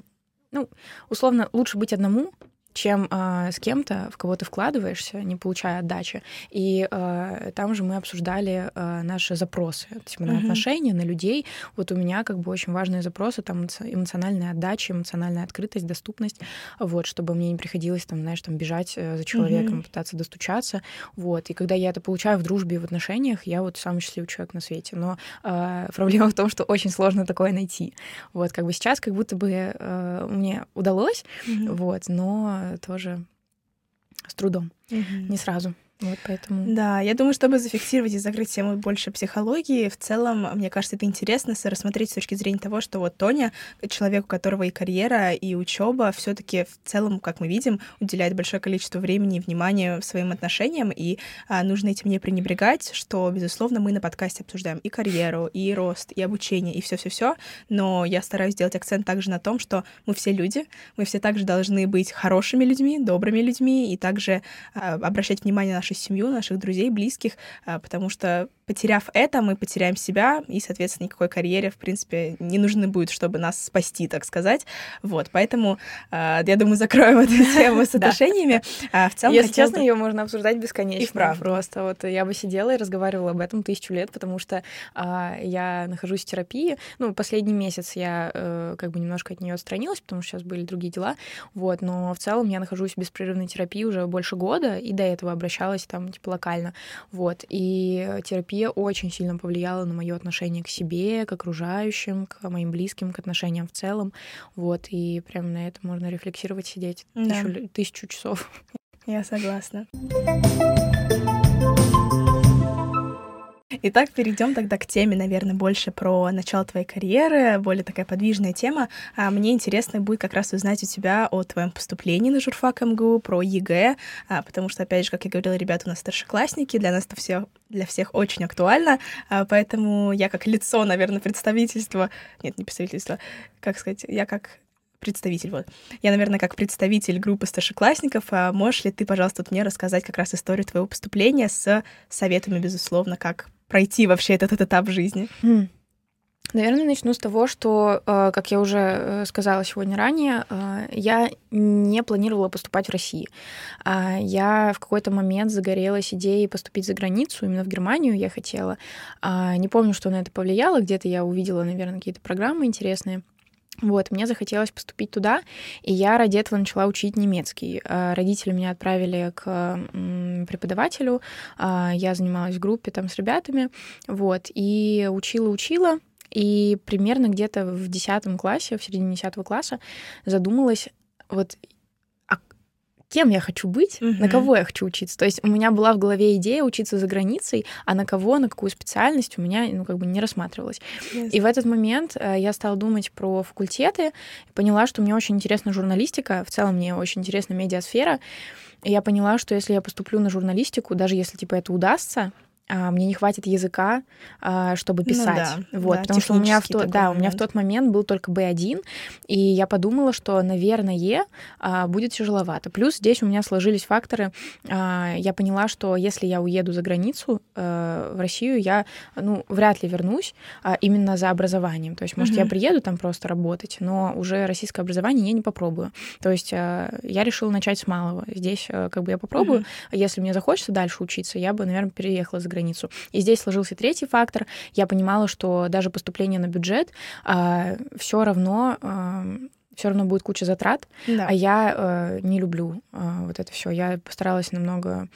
Ну, условно, лучше быть одному, чем э, с кем-то, в кого ты вкладываешься, не получая отдачи. И э, там же мы обсуждали э, наши запросы типа, на uh-huh. отношения, на людей. Вот у меня как бы очень важные запросы, там эмоциональная отдача, эмоциональная открытость, доступность, вот, чтобы мне не приходилось, там, знаешь, там, бежать за человеком, uh-huh. пытаться достучаться. Вот. И когда я это получаю в дружбе и в отношениях, я вот самый счастливый человек на свете. Но э, проблема в том, что очень сложно такое найти. Вот, как бы сейчас как будто бы э, мне удалось, uh-huh. вот, но тоже с трудом, mm-hmm. не сразу. Вот поэтому... Да, я думаю, чтобы зафиксировать и закрыть тему больше психологии, в целом, мне кажется, это интересно рассмотреть с точки зрения того, что вот Тоня, человек, у которого и карьера, и учеба, все-таки в целом, как мы видим, уделяет большое количество времени и внимания своим отношениям, и а, нужно этим не пренебрегать, что, безусловно, мы на подкасте обсуждаем и карьеру, и рост, и обучение, и все-все-все, но я стараюсь сделать акцент также на том, что мы все люди, мы все также должны быть хорошими людьми, добрыми людьми, и также а, обращать внимание на нашу семью, наших друзей, близких, потому что, потеряв это, мы потеряем себя, и, соответственно, никакой карьере, в принципе, не нужно будет, чтобы нас спасти, так сказать. Вот, поэтому, я думаю, закроем эту тему с отношениями. В целом, если честно, ее можно обсуждать бесконечно. Просто вот я бы сидела и разговаривала об этом тысячу лет, потому что я нахожусь в терапии. Ну, последний месяц я как бы немножко от нее отстранилась, потому что сейчас были другие дела. Вот, но в целом я нахожусь в беспрерывной терапии уже больше года, и до этого обращалась там, типа, локально. Вот. И терапия очень сильно повлияла на мое отношение к себе, к окружающим, к моим близким, к отношениям в целом. Вот. И прям на это можно рефлексировать, сидеть да. тысячу, тысячу часов. Я согласна. Итак, перейдем тогда к теме, наверное, больше про начало твоей карьеры, более такая подвижная тема. А мне интересно будет как раз узнать у тебя о твоем поступлении на журфак эм гэ у, про ЕГЭ, а, потому что, опять же, как я говорила, ребята у нас старшеклассники, для нас это все для всех очень актуально, а, поэтому я как лицо, наверное, представительства, нет, не представительство, как сказать, я как представитель, вот. Я, наверное, как представитель группы старшеклассников, а можешь ли ты, пожалуйста, вот мне рассказать как раз историю твоего поступления с советами, безусловно, как пройти вообще этот, этот этап жизни? Mm. Наверное, начну с того, что, э, как я уже э, сказала сегодня ранее, э, я не планировала поступать в России. А Я в какой-то момент загорелась идеей поступить за границу, именно в Германию я хотела. А, Не помню, что на это повлияло, где-то я увидела, наверное, какие-то программы интересные. Вот, мне захотелось поступить туда, и я ради этого начала учить немецкий. А, Родители меня отправили к м, преподавателю, а, я занималась в группе там с ребятами, вот, и учила-учила, и примерно где-то в десятом классе, в середине десятого класса задумалась, вот а кем я хочу быть, на Мгм. кого я хочу учиться. То есть у меня была в голове идея учиться за границей, а на кого, на какую специальность у меня, ну, как бы не рассматривалась. И Интересно. в этот момент э, я стала думать про факультеты, и поняла, что мне очень интересна журналистика, в целом мне очень интересна медиасфера. И я поняла, что если я поступлю на журналистику, даже если типа это удастся, а, мне не хватит языка, а, чтобы Ну писать. да, Вот, да, потому что у меня в технический то, такой да, у меня в момент. тот момент был только би один, и я подумала, что, наверное, а, будет тяжеловато. Плюс здесь у меня сложились факторы. а, Я поняла, что если я уеду за границу, э, в Россию, я, ну, вряд ли вернусь а, именно за образованием. То есть, может, я Мгм. приеду там просто работать, но уже российское образование я не попробую. То есть э, я решила начать с малого. Здесь э, как бы я попробую. Мгм. Если мне захочется дальше учиться, я бы, наверное, переехала за границу. И здесь сложился третий фактор. Я понимала, что даже поступление на бюджет все равно все равно будет куча затрат, Да. а я э, не люблю э, вот это все. Я постаралась намного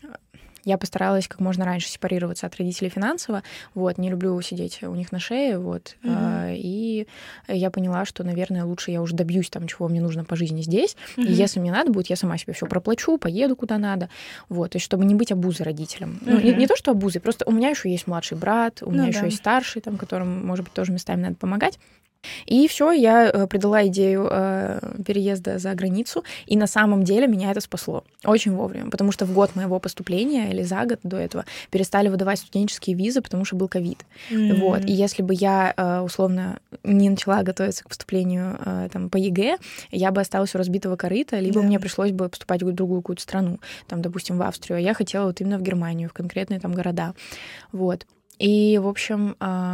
я постаралась как можно раньше сепарироваться от родителей финансово, вот, не люблю сидеть у них на шее, вот, Мгм. а, и я поняла, что, наверное, лучше я уже добьюсь там, чего мне нужно по жизни здесь, и Мгм. если мне надо будет, я сама себе все проплачу, поеду куда надо, вот, то есть чтобы не быть обузой родителям. Ну, не, Мгм. не то, что обузой, просто у меня еще есть младший брат, у меня Ну еще да. есть старший, там, которому, может быть, тоже местами надо помогать. И все, я э, придала идею э, переезда за границу, и на самом деле меня это спасло очень вовремя, потому что в год моего поступления или за год до этого перестали выдавать студенческие визы, потому что был ковид. Вот. И М. если бы я э, условно не начала готовиться к поступлению э, там, по ЕГЭ, я бы осталась у разбитого корыта, либо Да. мне пришлось бы поступать в другую какую-то страну, там, допустим, в Австрию. А я хотела вот именно в Германию, в конкретные там города. Вот. И, в общем,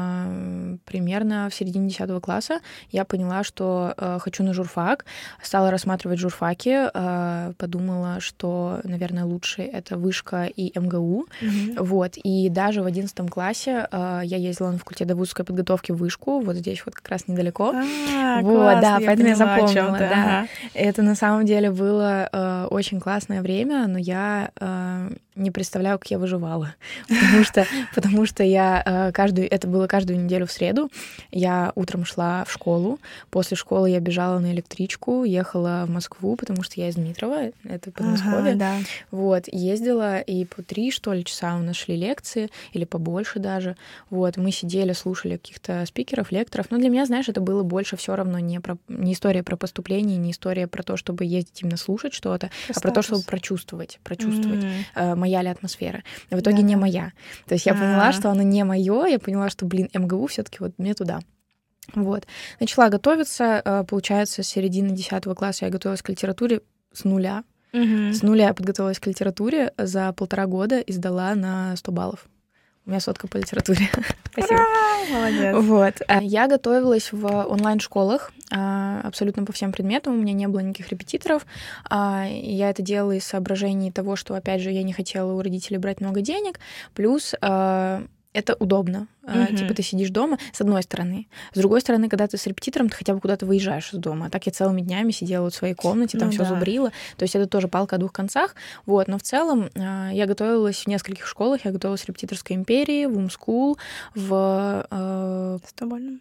а, примерно в середине десятого класса я поняла, что э, хочу на журфак, стала рассматривать журфаки, э, подумала, что, наверное, лучше это вышка и эм гэ у. Мгм. Вот. И даже в одиннадцатом классе э, я ездила на факультет вузовской подготовки в вышку, вот здесь вот как раз недалеко. А, Вот, классно, да, я поэтому я поняла, о чём запомнила, ты. да. Ага. Это на самом деле было э, очень классное время, но я э, не представляю, как я выживала, потому что, потому что я э, каждую, это было каждую неделю в среду, я утром шла в школу, после школы я бежала на электричку, ехала в Москву, потому что я из Дмитрова, это Ага, Подмосковье, да. вот, ездила, и по три, что ли, часа у нас шли лекции, или побольше даже, вот, мы сидели, слушали каких-то спикеров, лекторов, но для меня, знаешь, это было больше все равно не, про, не история про поступление, не история про то, чтобы ездить именно слушать что-то, Про а про то, чтобы статус. прочувствовать, прочувствовать, М. э, моя ли атмосфера. В итоге не Да-да. моя. То есть я поняла, А. что она не мое, я поняла, что, блин, эм гэ у все таки вот мне туда. Вот. Начала готовиться, э, получается, с середины десятого класса я готовилась к литературе с нуля. Мгм. С нуля я подготовилась к литературе, за полтора года и сдала на сто баллов. У меня сотка по литературе. Спасибо. Ура! Молодец. Вот. А Я готовилась в онлайн-школах а, абсолютно по всем предметам. У меня не было никаких репетиторов. А, и Я это делала из соображений того, что, опять же, я не хотела у родителей брать много денег. Плюс а, это удобно. А, Мгм. Типа ты сидишь дома, с одной стороны. С другой стороны, когда ты с репетитором, ты хотя бы куда-то выезжаешь из дома. А так я целыми днями сидела вот в своей комнате, там Ну все да. зубрила. То есть это тоже палка о двух концах. Вот. Но в целом а, я готовилась в нескольких школах. Я готовилась в репетиторской империи, в Умскул, в... э, Стокгольм.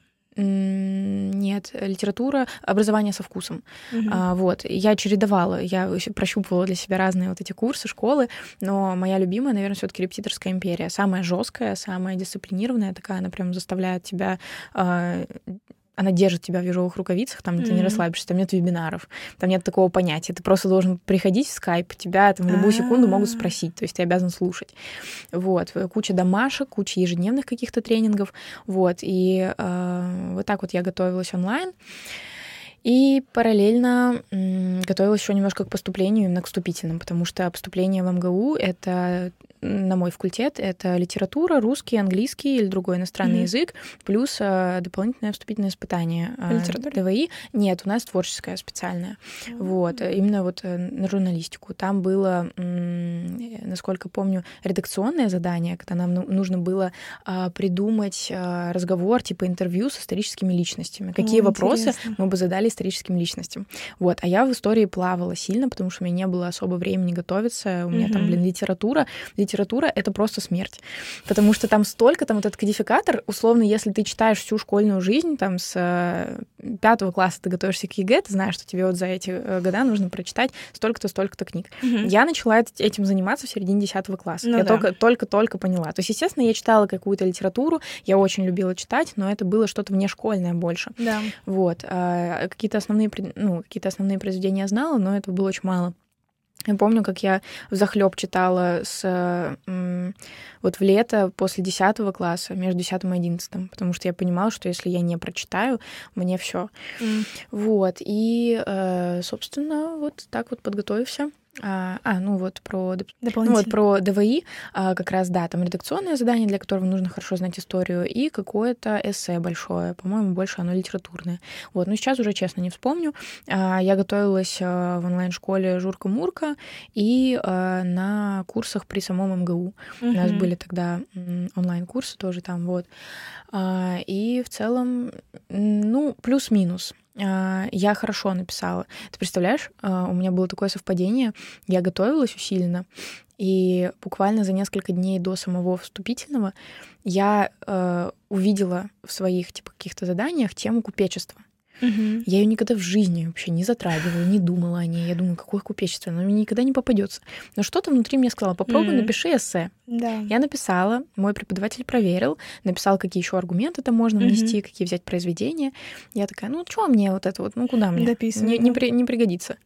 м, Нет, литература, образование со вкусом. Мгм. А, вот, я чередовала, я ещё прощупывала для себя разные вот эти курсы, школы, но моя любимая, наверное, все-таки репетиторская империя. Самая жесткая, самая дисциплинированная такая, она прям заставляет тебя а, она держит тебя в ежовых рукавицах, там ты не Мгм. расслабишься, там нет вебинаров, там нет такого понятия. Ты просто должен приходить в скайп, тебя там в любую секунду могут А. спросить, то есть ты обязан слушать. Вот, куча домашек, куча ежедневных каких-то тренингов, вот, и э, вот так вот я готовилась онлайн. И параллельно м, готовилась еще немножко к поступлению, именно к вступительным, потому что поступление в МГУ — это, на мой факультет, это литература, русский, английский или другой иностранный mm-hmm. язык, плюс а, дополнительное вступительное испытание. По литературе? ДВИ. Нет, у нас творческое специальное. Mm-hmm. Вот, именно вот на журналистику. Там было, м, насколько помню, редакционное задание, когда нам нужно было а, придумать а, разговор, типа интервью с историческими личностями. Какие О, вопросы интересно. Мы бы задали историческим личностям. Вот. А я в истории плавала сильно, потому что у меня не было особо времени готовиться. У меня mm-hmm. там, блин, литература. Литература — это просто смерть. Потому что там столько, там вот этот кодификатор, условно, если ты читаешь всю школьную жизнь, там с пятого класса ты готовишься к ЕГЭ, ты знаешь, что тебе вот за эти года нужно прочитать столько-то, столько-то книг. Mm-hmm. Я начала этим заниматься в середине десятого класса. Ну, я да. только, только-только поняла. То есть, естественно, я читала какую-то литературу, я очень любила читать, но это было что-то внешкольное больше. Да. Вот. А какие-то основные, ну, какие-то основные произведения я знала, но этого было очень мало. Я помню, как я взахлёб читала с, вот в лето после десятого класса, между десятым и одиннадцатым, потому что я понимала, что если я не прочитаю, мне все. Mm. Вот. И, собственно, вот так вот подготовився. А, а, ну вот про, ну, вот про ДВИ, а, как раз, да, там редакционное задание, для которого нужно хорошо знать историю, и какое-то эссе большое, по-моему, больше оно литературное. Вот, но сейчас уже, честно, не вспомню. А, я готовилась а, в онлайн-школе Журка-Мурка и а, на курсах при самом МГУ. Mm-hmm. У нас были тогда м, онлайн-курсы тоже там, вот. А, и в целом, ну, плюс-минус. Я хорошо написала. Ты представляешь, у меня было такое совпадение. Я готовилась усиленно, и буквально за несколько дней до самого вступительного я э, увидела в своих типа каких-то заданиях тему купечества. Угу. Я ее никогда в жизни вообще не затрагивала, не думала о ней. Я думаю, какое купечество, оно мне никогда не попадется. Но что-то внутри мне сказала: попробуй, mm. напиши эссе. Да. Я написала, мой преподаватель проверил, написал, какие еще аргументы там можно внести, mm-hmm. какие взять произведения. Я такая: ну что мне вот это вот, ну куда мне? Не, не, при, не пригодится.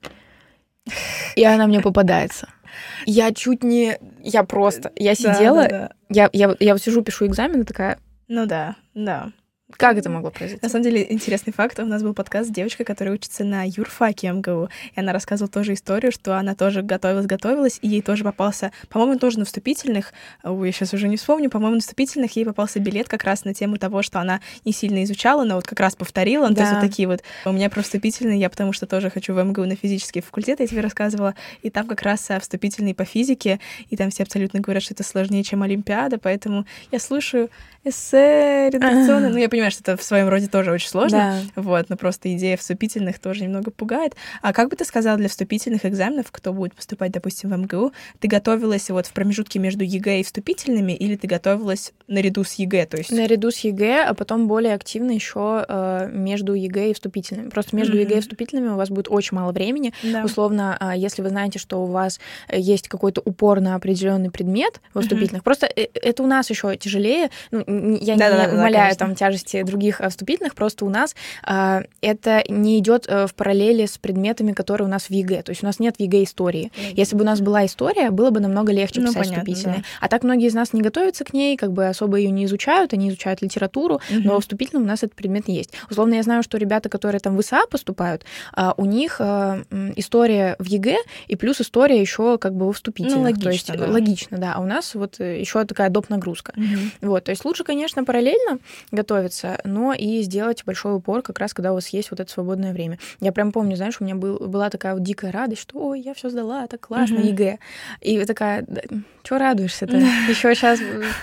И она мне попадается. Я чуть не... Я просто... Я сидела, да, да, да. Я, я, я вот сижу, пишу экзамен, и такая... Ну да, да. Как это могло произойти? На самом деле, интересный факт. У нас был подкаст с девочкой, которая учится на юрфаке МГУ. И она рассказывала тоже историю, что она тоже готовилась-готовилась, и ей тоже попался, по-моему, тоже на вступительных, ой, я сейчас уже не вспомню, по-моему, на вступительных ей попался билет как раз на тему того, что она не сильно изучала, но вот как раз повторила. Да. То есть вот такие вот... У меня про вступительные, я потому что тоже хочу в МГУ на физический факультет, я тебе рассказывала, и там как раз вступительные по физике, и там все абсолютно говорят, что это сложнее, чем Олимпиада, поэтому я слушаю эссе редакционное. Ну, я понимаю, что это в своем роде тоже очень сложно. Да. Вот, но просто идея вступительных тоже немного пугает. А как бы ты сказала для вступительных экзаменов, кто будет поступать, допустим, в МГУ, ты готовилась вот в промежутке между ЕГЭ и вступительными, или ты готовилась наряду с ЕГЭ? То есть... Наряду с ЕГЭ, а потом более активно еще э, между ЕГЭ и вступительными. Просто между mm-hmm. ЕГЭ и вступительными у вас будет очень мало времени. Да. Условно, э, если вы знаете, что у вас есть какой-то упор на определенный предмет во вступительных, mm-hmm. просто это у нас еще тяжелее. Ну, я да, не да, умаляю да, там тяжести других вступительных, просто у нас а, это не идет в параллели с предметами, которые у нас в ЕГЭ. То есть у нас нет в ЕГЭ истории. Mm-hmm. Если бы у нас была история, было бы намного легче ну, писать вступительные. Да. А так многие из нас не готовятся к ней, как бы особо ее не изучают, они изучают литературу, mm-hmm. но во вступительном у нас этот предмет есть. Условно, я знаю, что ребята, которые там в ИСА поступают, а, у них а, история в ЕГЭ и плюс история еще как бы во вступительных. Ну, логично, То есть да. логично, да. А у нас вот еще такая доп. Нагрузка. Mm-hmm. Вот, то есть лучше, конечно, параллельно готовиться, но и сделать большой упор как раз, когда у вас есть вот это свободное время. Я прям помню, знаешь, у меня был, была такая вот дикая радость, что ой, я все сдала, так классно, mm-hmm. ЕГЭ. И такая, да, чего радуешься-то? Еще сейчас...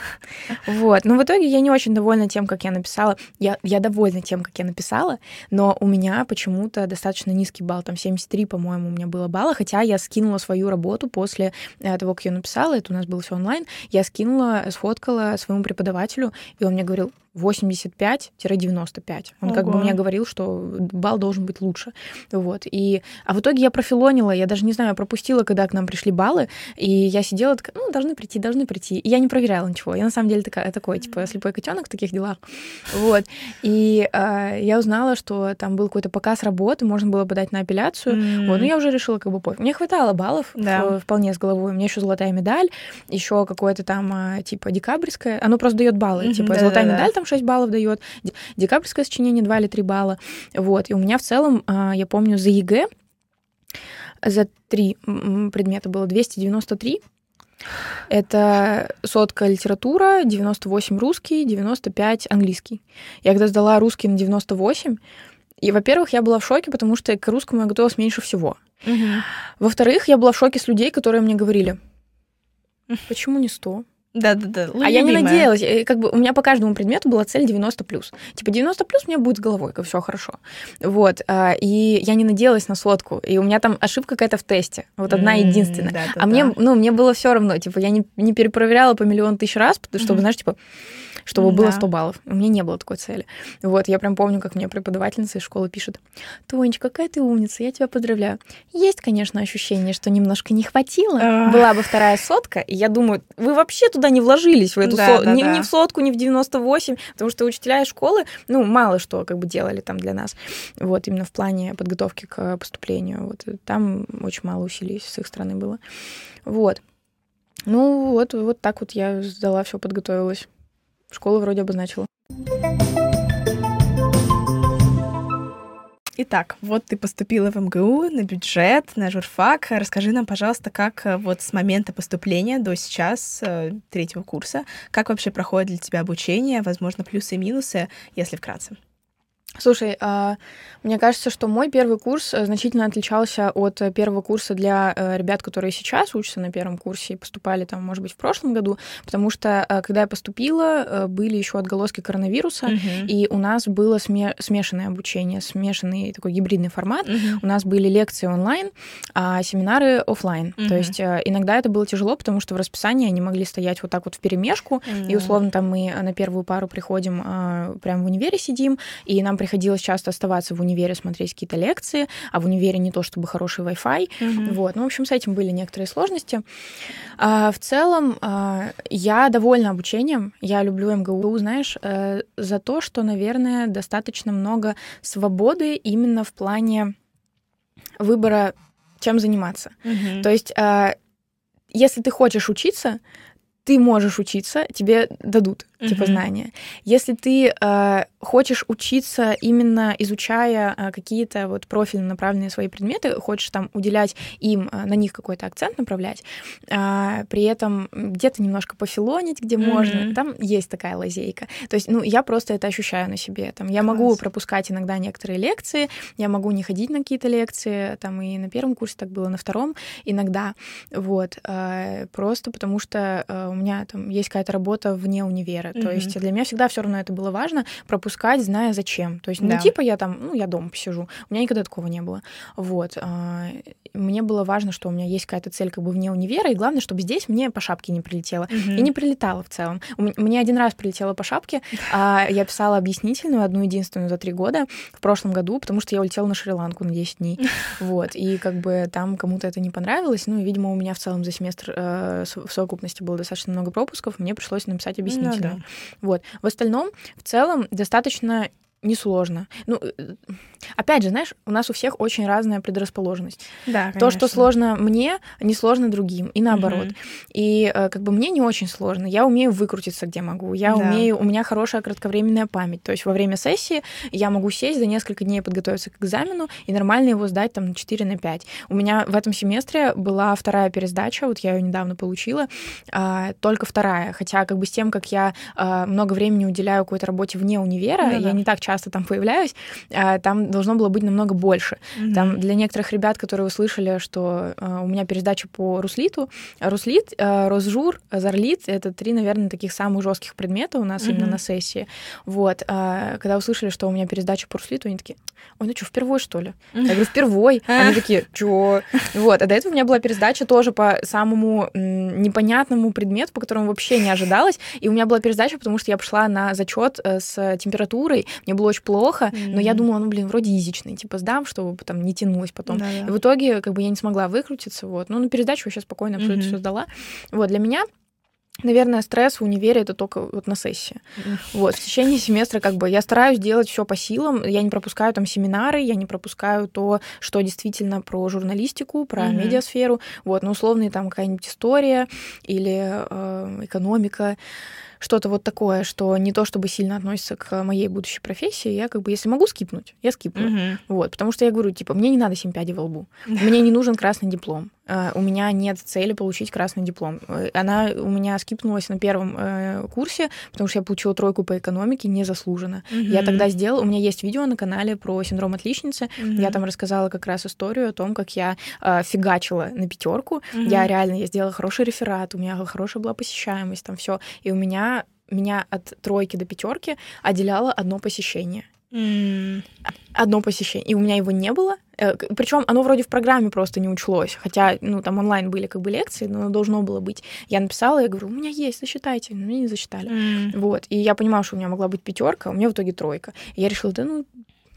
Вот. Но в итоге я не очень довольна тем, как я написала. Я, я довольна тем, как я написала, но у меня почему-то достаточно низкий балл, там семьдесят три, по-моему, у меня было балла, хотя я скинула свою работу после того, как я написала, это у нас было все онлайн, я скинула, сфоткала своему преподавателю, и он мне говорил: восемьдесят пять - девяносто пять. Он Ого. Как бы мне говорил, что балл должен быть лучше. Вот. И... А в итоге я профилонила, я даже не знаю, я пропустила, когда к нам пришли баллы, и я сидела такая, ну, должны прийти, должны прийти. И я не проверяла ничего. Я на самом деле такая, такой, типа, слепой котенок в таких делах. Вот. И э, я узнала, что там был какой-то показ работы, можно было подать на апелляцию. Mm. Вот. Ну, я уже решила, как бы, пофиг. Мне хватало баллов да. вполне с головой. У меня еще золотая медаль, еще какое-то там, типа, декабрьское. Оно просто дает баллы. Mm-hmm, типа, да, золотая да, медаль да. там там шесть баллов дает, декабрьское сочинение два или три балла. Вот. И у меня в целом, я помню, за ЕГЭ за три предмета было двести девяносто три. Это сотка литература, девяносто восемь русский, девяносто пять английский. Я когда сдала русский на девяносто восемь, и, во-первых, я была в шоке, потому что к русскому я готовилась меньше всего. Угу. Во-вторых, я была в шоке с людей, которые мне говорили, почему не сто? Да-да-да. А я не надеялась. Как бы у меня по каждому предмету была цель девяносто плюс. Типа девяносто плюс у меня будет с головой, как все хорошо. Вот. И я не надеялась на сотку. И у меня там ошибка какая-то в тесте. Вот одна mm, единственная. Да, да, а да. мне, ну, мне было все равно. Типа я не, не перепроверяла по миллион тысяч раз, чтобы, mm-hmm. знаешь, типа, чтобы да. было сто баллов. У меня не было такой цели. Вот, я прям помню, как мне преподавательница из школы пишет: Тонечка, какая ты умница, я тебя поздравляю. Есть, конечно, ощущение, что немножко не хватило. Uh. Была бы вторая сотка, и я думаю, вы вообще туда не вложились, в эту да, со... да, ни, да. ни в сотку, ни в девяносто восемь, потому что учителя из школы, ну, мало что как бы делали там для нас. Вот, именно в плане подготовки к поступлению. Вот, там очень мало усилий с их стороны было. Вот. Ну, вот, вот так вот я сдала, все подготовилась. Школу вроде обозначила. Итак, вот ты поступила в эм гэ у на бюджет, на журфак. Расскажи нам, пожалуйста, как вот с момента поступления до сейчас, третьего курса, как вообще проходит для тебя обучение, возможно, плюсы и минусы, если вкратце. Слушай, мне кажется, что мой первый курс значительно отличался от первого курса для ребят, которые сейчас учатся на первом курсе и поступали там, может быть, в прошлом году, потому что, когда я поступила, были еще отголоски коронавируса, uh-huh. и у нас было смешанное обучение, смешанный такой гибридный формат. Uh-huh. У нас были лекции онлайн, а семинары офлайн. Uh-huh. То есть иногда это было тяжело, потому что в расписании они могли стоять вот так вот вперемешку, uh-huh. и условно там мы на первую пару приходим, прямо в универе сидим, и нам приходилось часто оставаться в универе, смотреть какие-то лекции, а в универе не то чтобы хороший Wi-Fi. Mm-hmm. Вот. Ну, в общем, с этим были некоторые сложности. А, в целом, а, я довольна обучением. Я люблю эм гэ у, знаешь, а, за то, что, наверное, достаточно много свободы именно в плане выбора, чем заниматься. Mm-hmm. То есть, а, если ты хочешь учиться, ты можешь учиться, тебе дадут, uh-huh. типа, знания. Если ты э, хочешь учиться, именно изучая э, какие-то вот профильно направленные свои предметы, хочешь там уделять им, э, на них какой-то акцент направлять, э, при этом где-то немножко пофилонить, где uh-huh. можно, там есть такая лазейка. То есть, ну, я просто это ощущаю на себе. Там, я Класс. Могу пропускать иногда некоторые лекции, я могу не ходить на какие-то лекции, там и на первом курсе так было, на втором иногда, вот, э, просто потому что э, у меня там есть какая-то работа вне универа. Mm-hmm. То есть для меня всегда все равно это было важно пропускать, зная зачем. То есть не да. типа я там, ну, я дома посижу. У меня никогда такого не было. Вот. Мне было важно, что у меня есть какая-то цель как бы вне универа, и главное, чтобы здесь мне по шапке не прилетело. Mm-hmm. И не прилетало в целом. Мне один раз прилетело по шапке, а я писала объяснительную, одну единственную за три года в прошлом году, потому что я улетела на Шри-Ланку на десять дней. Вот. И как бы там кому-то это не понравилось. Ну, и, видимо, у меня в целом за семестр в совокупности было достаточно много пропусков, мне пришлось написать объяснительную. Ну, да. Вот. В остальном, в целом, достаточно несложно. Ну, опять же, знаешь, у нас у всех очень разная предрасположенность. Да, конечно. То, что сложно мне, не сложно другим, и наоборот. Угу. И как бы мне не очень сложно. Я умею выкрутиться, где могу. Я да. умею, у меня хорошая кратковременная память. То есть во время сессии я могу сесть, за несколько дней подготовиться к экзамену и нормально его сдать там на четыре на пять. У меня в этом семестре была вторая пересдача, вот я ее недавно получила, только вторая. Хотя как бы с тем, как я много времени уделяю какой-то работе вне универа, ну, я да. не так часто там появляюсь, там должно было быть намного больше. Mm-hmm. Там для некоторых ребят, которые услышали, что у меня пересдача по Руслиту, Руслит, Росжур, Зарлит — это три, наверное, таких самых жестких предмета у нас mm-hmm. именно на сессии. Вот. Когда услышали, что у меня пересдача по Руслиту, они такие: ой, ну что, впервой, что ли? Mm-hmm. Я говорю: впервой. Они такие: чё? Вот. А до этого у меня была пересдача тоже по самому непонятному предмету, по которому вообще не ожидалось. И у меня была пересдача, потому что я пошла на зачет с температурой, мне было очень плохо, mm-hmm. но я думала, ну, блин, вроде изичный, типа сдам, чтобы там не тянулось потом. Да-да. И в итоге как бы я не смогла выкрутиться, вот. Ну, на пересдачу я сейчас спокойно абсолютно mm-hmm. все сдала. Вот, для меня Наверное, стресс в универе — это только вот на сессии. Вот, в течение семестра как бы я стараюсь делать все по силам. Я не пропускаю там семинары, я не пропускаю то, что действительно про журналистику, про Мгм. медиасферу. Вот, но условные там какая-нибудь история или э, экономика, что-то вот такое, что не то чтобы сильно относится к моей будущей профессии, я как бы, если могу скипнуть, я скипну. Мгм. Вот, потому что я говорю, типа, мне не надо семь пядей во лбу, мне не нужен красный диплом, э, у меня нет цели получить красный диплом. Э, Она у меня скипнулась на первом э, курсе, потому что я получила тройку по экономике незаслуженно. Я Мгм. тогда сделала, у меня есть видео на канале про синдром отличницы, Мгм. я там рассказала как раз историю о том, как я э, фигачила на пятерку. Мгм. Я реально, я сделала хороший реферат, у меня хорошая была посещаемость, там все, и у меня меня от тройки до пятерки отделяло одно посещение. М. Одно посещение. И у меня его не было. Причем оно вроде в программе просто не учлось. Хотя, ну, там онлайн были как бы лекции, но оно должно было быть. Я написала, я говорю, у меня есть, засчитайте. Но мне не засчитали. М. Вот. И я понимала, что у меня могла быть пятерка, а у меня в итоге тройка. И я решила, да ну,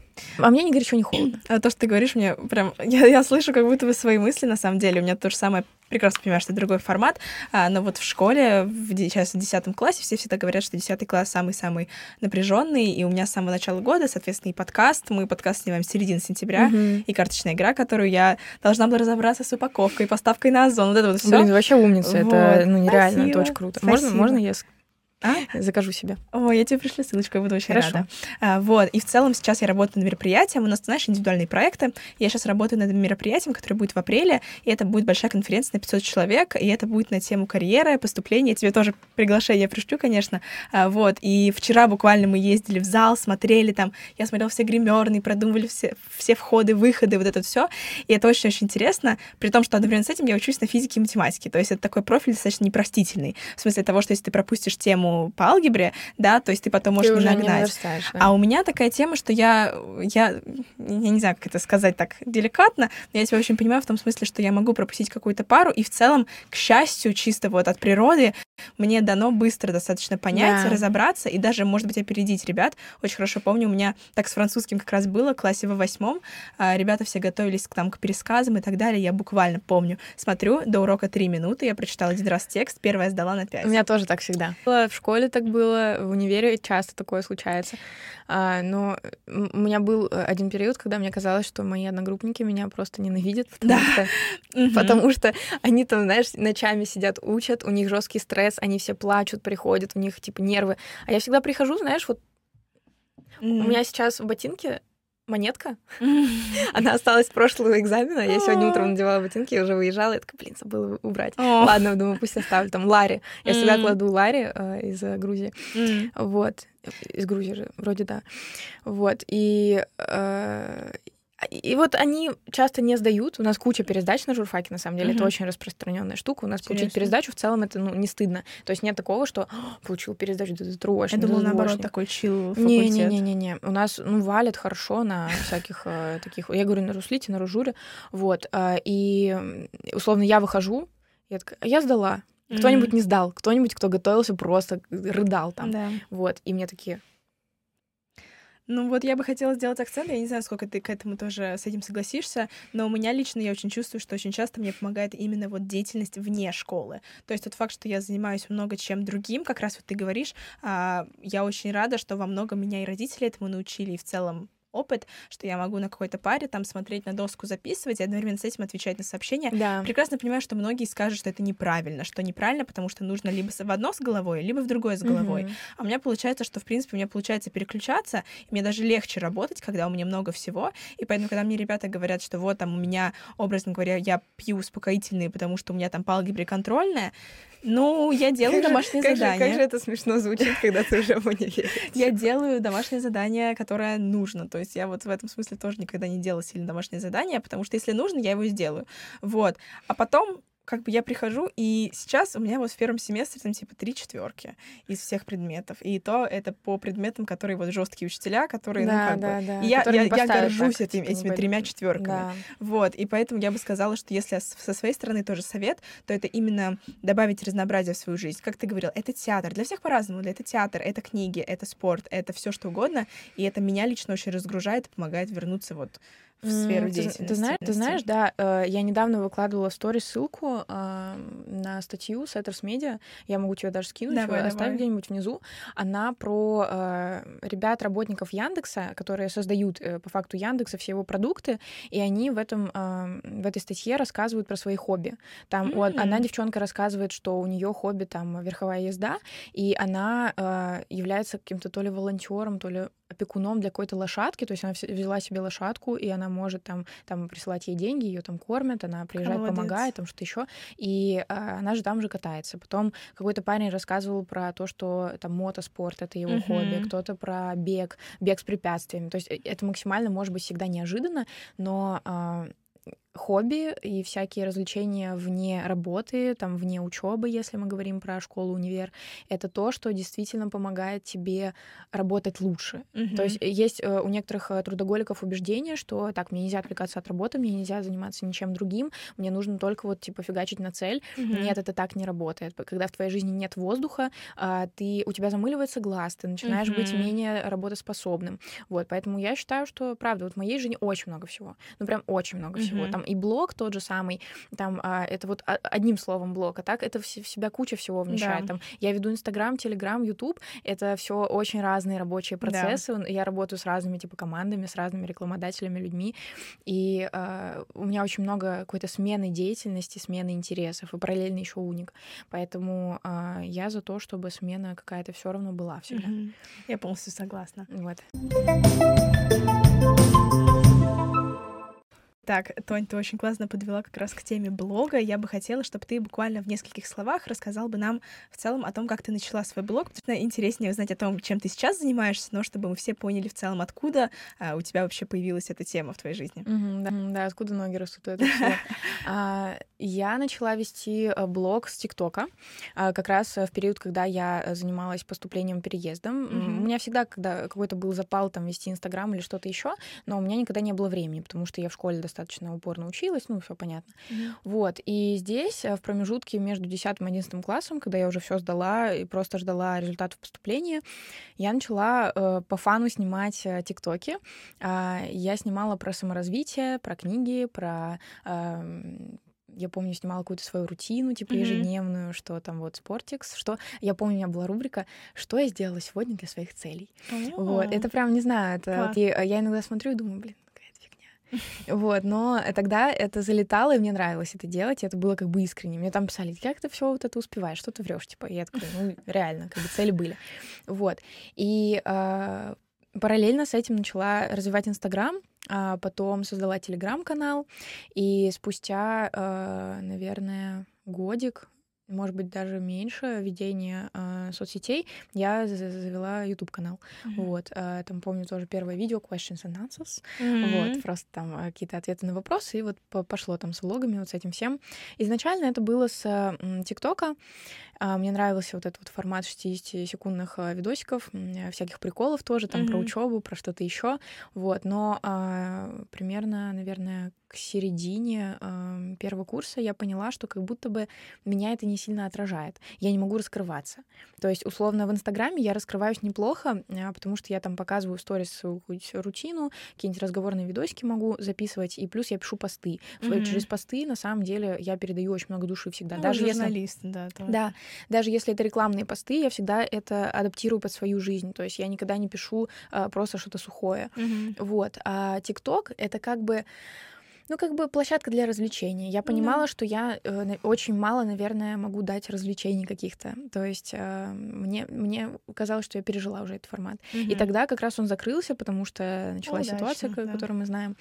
а мне ни горячо, ни холодно. А то, что ты говоришь, мне прям... Я, я слышу как будто бы свои мысли, на самом деле. У меня то же самое. Прекрасно понимаю, что это другой формат. А, но вот в школе, в, де- сейчас в десятом классе, все всегда говорят, что десятый класс самый-самый напряженный. И у меня с самого начала года, соответственно, и подкаст. Мы подкаст снимаем с середины сентября. Мгм. И карточная игра, которую я должна была разобраться с упаковкой, поставкой на Озон. Вот это вот все. Блин, вы вообще умница. Это, Вот. ну, нереально, это Спасибо. очень круто. Можно, Спасибо. можно я с- А? закажу себе? Ой, я тебе пришлю ссылочку, я буду очень Хорошо. рада. А, вот, и в целом сейчас я работаю над мероприятием. У нас, знаешь, индивидуальные проекты. Я сейчас работаю над мероприятием, которое будет в апреле, и это будет большая конференция на пятьсот человек, и это будет на тему карьеры, поступления. Я тебе тоже приглашение пришлю, конечно. А, вот, и вчера буквально мы ездили в зал, смотрели там, я смотрела все гримерные, продумывали все, все входы, выходы, вот это все. И это очень-очень интересно, при том, что одновременно с этим я учусь на физике и математике. То есть это такой профиль достаточно непростительный. В смысле того, что если ты пропустишь тему по алгебре, да, то есть ты потом можешь Ты не уже не нагнать. наверстаешь, да? А у меня такая тема, что я, я, я не знаю, как это сказать так деликатно, но я тебя очень понимаю в том смысле, что я могу пропустить какую-то пару, и в целом, к счастью, чисто вот от природы, мне дано быстро достаточно понять, Да. разобраться и даже, может быть, опередить ребят. Очень хорошо помню, у меня так с французским как раз было, в классе во восьмом, а, ребята все готовились к, там, к пересказам и так далее, я буквально помню, смотрю, до урока три минуты, я прочитала один раз текст, первая сдала на пять. У меня тоже так всегда. В школе так было, в универе часто такое случается. А, но м- у меня был один период, когда мне казалось, что мои одногруппники меня просто ненавидят, потому, Да. что, Мгм. потому что они там, знаешь, ночами сидят, учат, у них жесткий стресс, они все плачут, приходят, у них типа нервы. А я всегда прихожу, знаешь, вот у Мгм. меня сейчас в ботинке монетка, Мгм. она осталась с прошлого экзамена. Я сегодня О. утром надевала ботинки, я уже выезжала, я такая, блин, забыла убрать. О. Ладно, думаю, пусть оставлю. Там Ларри. Я всегда М. кладу Ларри э, из э, Грузии. М. Вот. Из Грузии же, вроде да. Вот. И, э, и вот они часто не сдают. У нас куча пересдач на журфаке, на самом деле. Это Мгм. очень распространенная штука. У нас получить Интересно. пересдачу в целом это ну, не стыдно. То есть нет такого, что «А, получил пересдачу, да ты троечник, Я да думала, ты наоборот, двоечник». такой чил факультет. Не-не-не-не-не. У нас, ну, валят хорошо на всяких э, таких... Я говорю, на Руслите, на Ружуре. Вот. а, И, м, условно, я выхожу, я такая, «А я сдала». Кто-нибудь Мгм. не сдал, кто-нибудь, кто готовился, просто рыдал там. Да. Вот. И мне такие, Ну вот я бы хотела сделать акцент, я не знаю, сколько ты к этому тоже с этим согласишься, но у меня лично я очень чувствую, что очень часто мне помогает именно вот деятельность вне школы. То есть тот факт, что я занимаюсь много чем другим, как раз вот ты говоришь, а, я очень рада, что во многом меня и родители этому научили, и в целом опыт, что я могу на какой-то паре там смотреть на доску, записывать и одновременно с этим отвечать на сообщения. да. Прекрасно понимаю, что многие скажут, что это неправильно, что неправильно, потому что нужно либо в одно с головой, либо в другое с головой. Мгм. А у меня получается, что, в принципе, у меня получается переключаться, и мне даже легче работать, когда у меня много всего. И поэтому, когда мне ребята говорят, что вот там у меня, образно говоря, я пью успокоительные, потому что у меня там по алгебре контрольная, ну, я делаю Как же- домашнее как же- задание. Как же это смешно звучит, когда ты уже в универе. Я делаю домашнее задание, которое нужно. То есть я вот в этом смысле тоже никогда не делала сильно домашнее задание, потому что если нужно, я его сделаю. Вот. А потом как бы я прихожу, и сейчас у меня вот в первом семестре там типа три четверки из всех предметов. И то это по предметам, которые вот жесткие учителя, которые, ну, Да, как да, бы... да, И я, которые я, не я поставят горжусь так, этим, типа, не этими пойдут. тремя четверками. Да. Вот, и поэтому я бы сказала, что если я с- со своей стороны тоже совет, то это именно добавить разнообразие в свою жизнь. Как ты говорил, это театр. Для всех по-разному. Для это театр, это книги, это спорт, это все что угодно. И это меня лично очень разгружает и помогает вернуться вот в сферу М, ты, деятельности. ты знаешь, ты знаешь, да, э, я недавно выкладывала в сторис ссылку э, на статью Setters Media, я могу тебе даже скинуть, Давай, оставь давай. где-нибудь внизу. Она про э, ребят, работников Яндекса, которые создают э, по факту Яндекса все его продукты, и они в, этом, э, в этой статье рассказывают про свои хобби. Там у, одна девчонка рассказывает, что у нее хобби там верховая езда, и она э, является каким-то то ли волонтером, то ли опекуном для какой-то лошадки, то есть она взяла себе лошадку, и она может там, там присылать ей деньги, ее там кормят, она приезжает, Молодец. помогает, там что-то еще, и а, она же там же катается. Потом какой-то парень рассказывал про то, что там мотоспорт — это его Мгм. хобби, кто-то про бег, бег с препятствиями. То есть это максимально может быть всегда неожиданно, но а, хобби и всякие развлечения вне работы, там, вне учебы, если мы говорим про школу, универ, это то, что действительно помогает тебе работать лучше. Мгм. То есть есть э, у некоторых э, трудоголиков убеждение, что так, мне нельзя отвлекаться от работы, мне нельзя заниматься ничем другим, мне нужно только вот, типа, фигачить на цель. Мгм. Нет, это так не работает. Когда в твоей жизни нет воздуха, а, ты, у тебя замыливается глаз, ты начинаешь быть Мгм. менее работоспособным. Вот, поэтому я считаю, что, правда, вот в моей жизни очень много всего. Ну, прям очень много всего. Мгм. Там и блог тот же самый, там а, это вот а- одним словом блог, а так это в, се- в себя куча всего вмещает. Да. Там, я веду Инстаграм, Телеграм, Ютуб, это все очень разные рабочие Да. процессы. Я работаю с разными типа командами, с разными рекламодателями, людьми, и а, у меня очень много какой-то смены деятельности, смены интересов, и параллельно еще уник. Поэтому а, я за то, чтобы смена какая-то все равно была всегда. Мгм. Я полностью согласна. Вот. Так, Тонь, ты очень классно подвела как раз к теме блога. Я бы хотела, чтобы ты буквально в нескольких словах рассказал бы нам в целом о том, как ты начала свой блог. Потому что интереснее узнать о том, чем ты сейчас занимаешься, но чтобы мы все поняли в целом, откуда а, у тебя вообще появилась эта тема в твоей жизни. Мгм, да, М, да, откуда ноги растут у этого всего. А, Я начала вести э, блог с ТикТока, а, как раз э, в период, когда я э, занималась поступлением, переездом. М, Мгм. У меня всегда, когда какой-то был запал там вести Инстаграм или что-то еще, но у меня никогда не было времени, потому что я в школе достаточно упорно училась, ну, все понятно. Мгм. Вот, и здесь, э, в промежутке между десятым и одиннадцатым классом, когда я уже все сдала и просто ждала результатов поступления, я начала э, по фану снимать э, ТикТоки. А, Я снимала про саморазвитие, про книги, про... ам, я помню, снимала какую-то свою рутину, типа Мгм. ежедневную, что там вот спортикс, что... Я помню, у меня была рубрика «Что я сделала сегодня для своих целей». Вот, О, это прям, не знаю, это вот класс. я, я иногда смотрю и думаю, блин, какая-то фигня. Вот, но тогда это залетало, и мне нравилось это делать, и это было как бы искренне. Мне там писали, как ты все вот это успеваешь, что ты врешь, типа, и я такая, ну, реально, как бы цели были. Вот, и а, параллельно с этим начала развивать Инстаграм, а потом создала Телеграм-канал, и спустя, а, наверное, годик, может быть, даже меньше ведения а, соцсетей, я за- завела YouTube-канал. Мгм. Вот, а, там помню тоже первое видео Questions and Answers. Мгм. Вот, просто там а, какие-то ответы на вопросы, и вот по- пошло там с влогами, вот с этим всем. Изначально это было с м, ТикТока. А, Мне нравился вот этот вот формат шестидесятисекундных а, видосиков, м, всяких приколов тоже, там про Мгм. учебу, про что-то еще. Вот, но а, примерно, наверное, к середине а, первого курса я поняла, что как будто бы меня это не сильно отражает. Я не могу раскрываться. То есть, условно, в Инстаграме я раскрываюсь неплохо, а, потому что я там показываю в сторис свою какую-нибудь рутину, какие-нибудь разговорные видосики могу записывать, и плюс я пишу посты. В- Мгм. Через посты, на самом деле, я передаю очень много души всегда. Ну, Даже если... журналист, да, тоже. Да, даже если это рекламные посты, я всегда это адаптирую под свою жизнь. То есть я никогда не пишу а, просто что-то сухое. Мгм. Вот. А ТикТок — это как бы, ну, как бы площадка для развлечений. Я Ну да. понимала, что я э, на- очень мало, наверное, могу дать развлечений каких-то. То есть э, мне, мне казалось, что я пережила уже этот формат. И Мгм. тогда как раз он закрылся, потому что началась Удачно, ситуация, ко- да. которую мы знаем.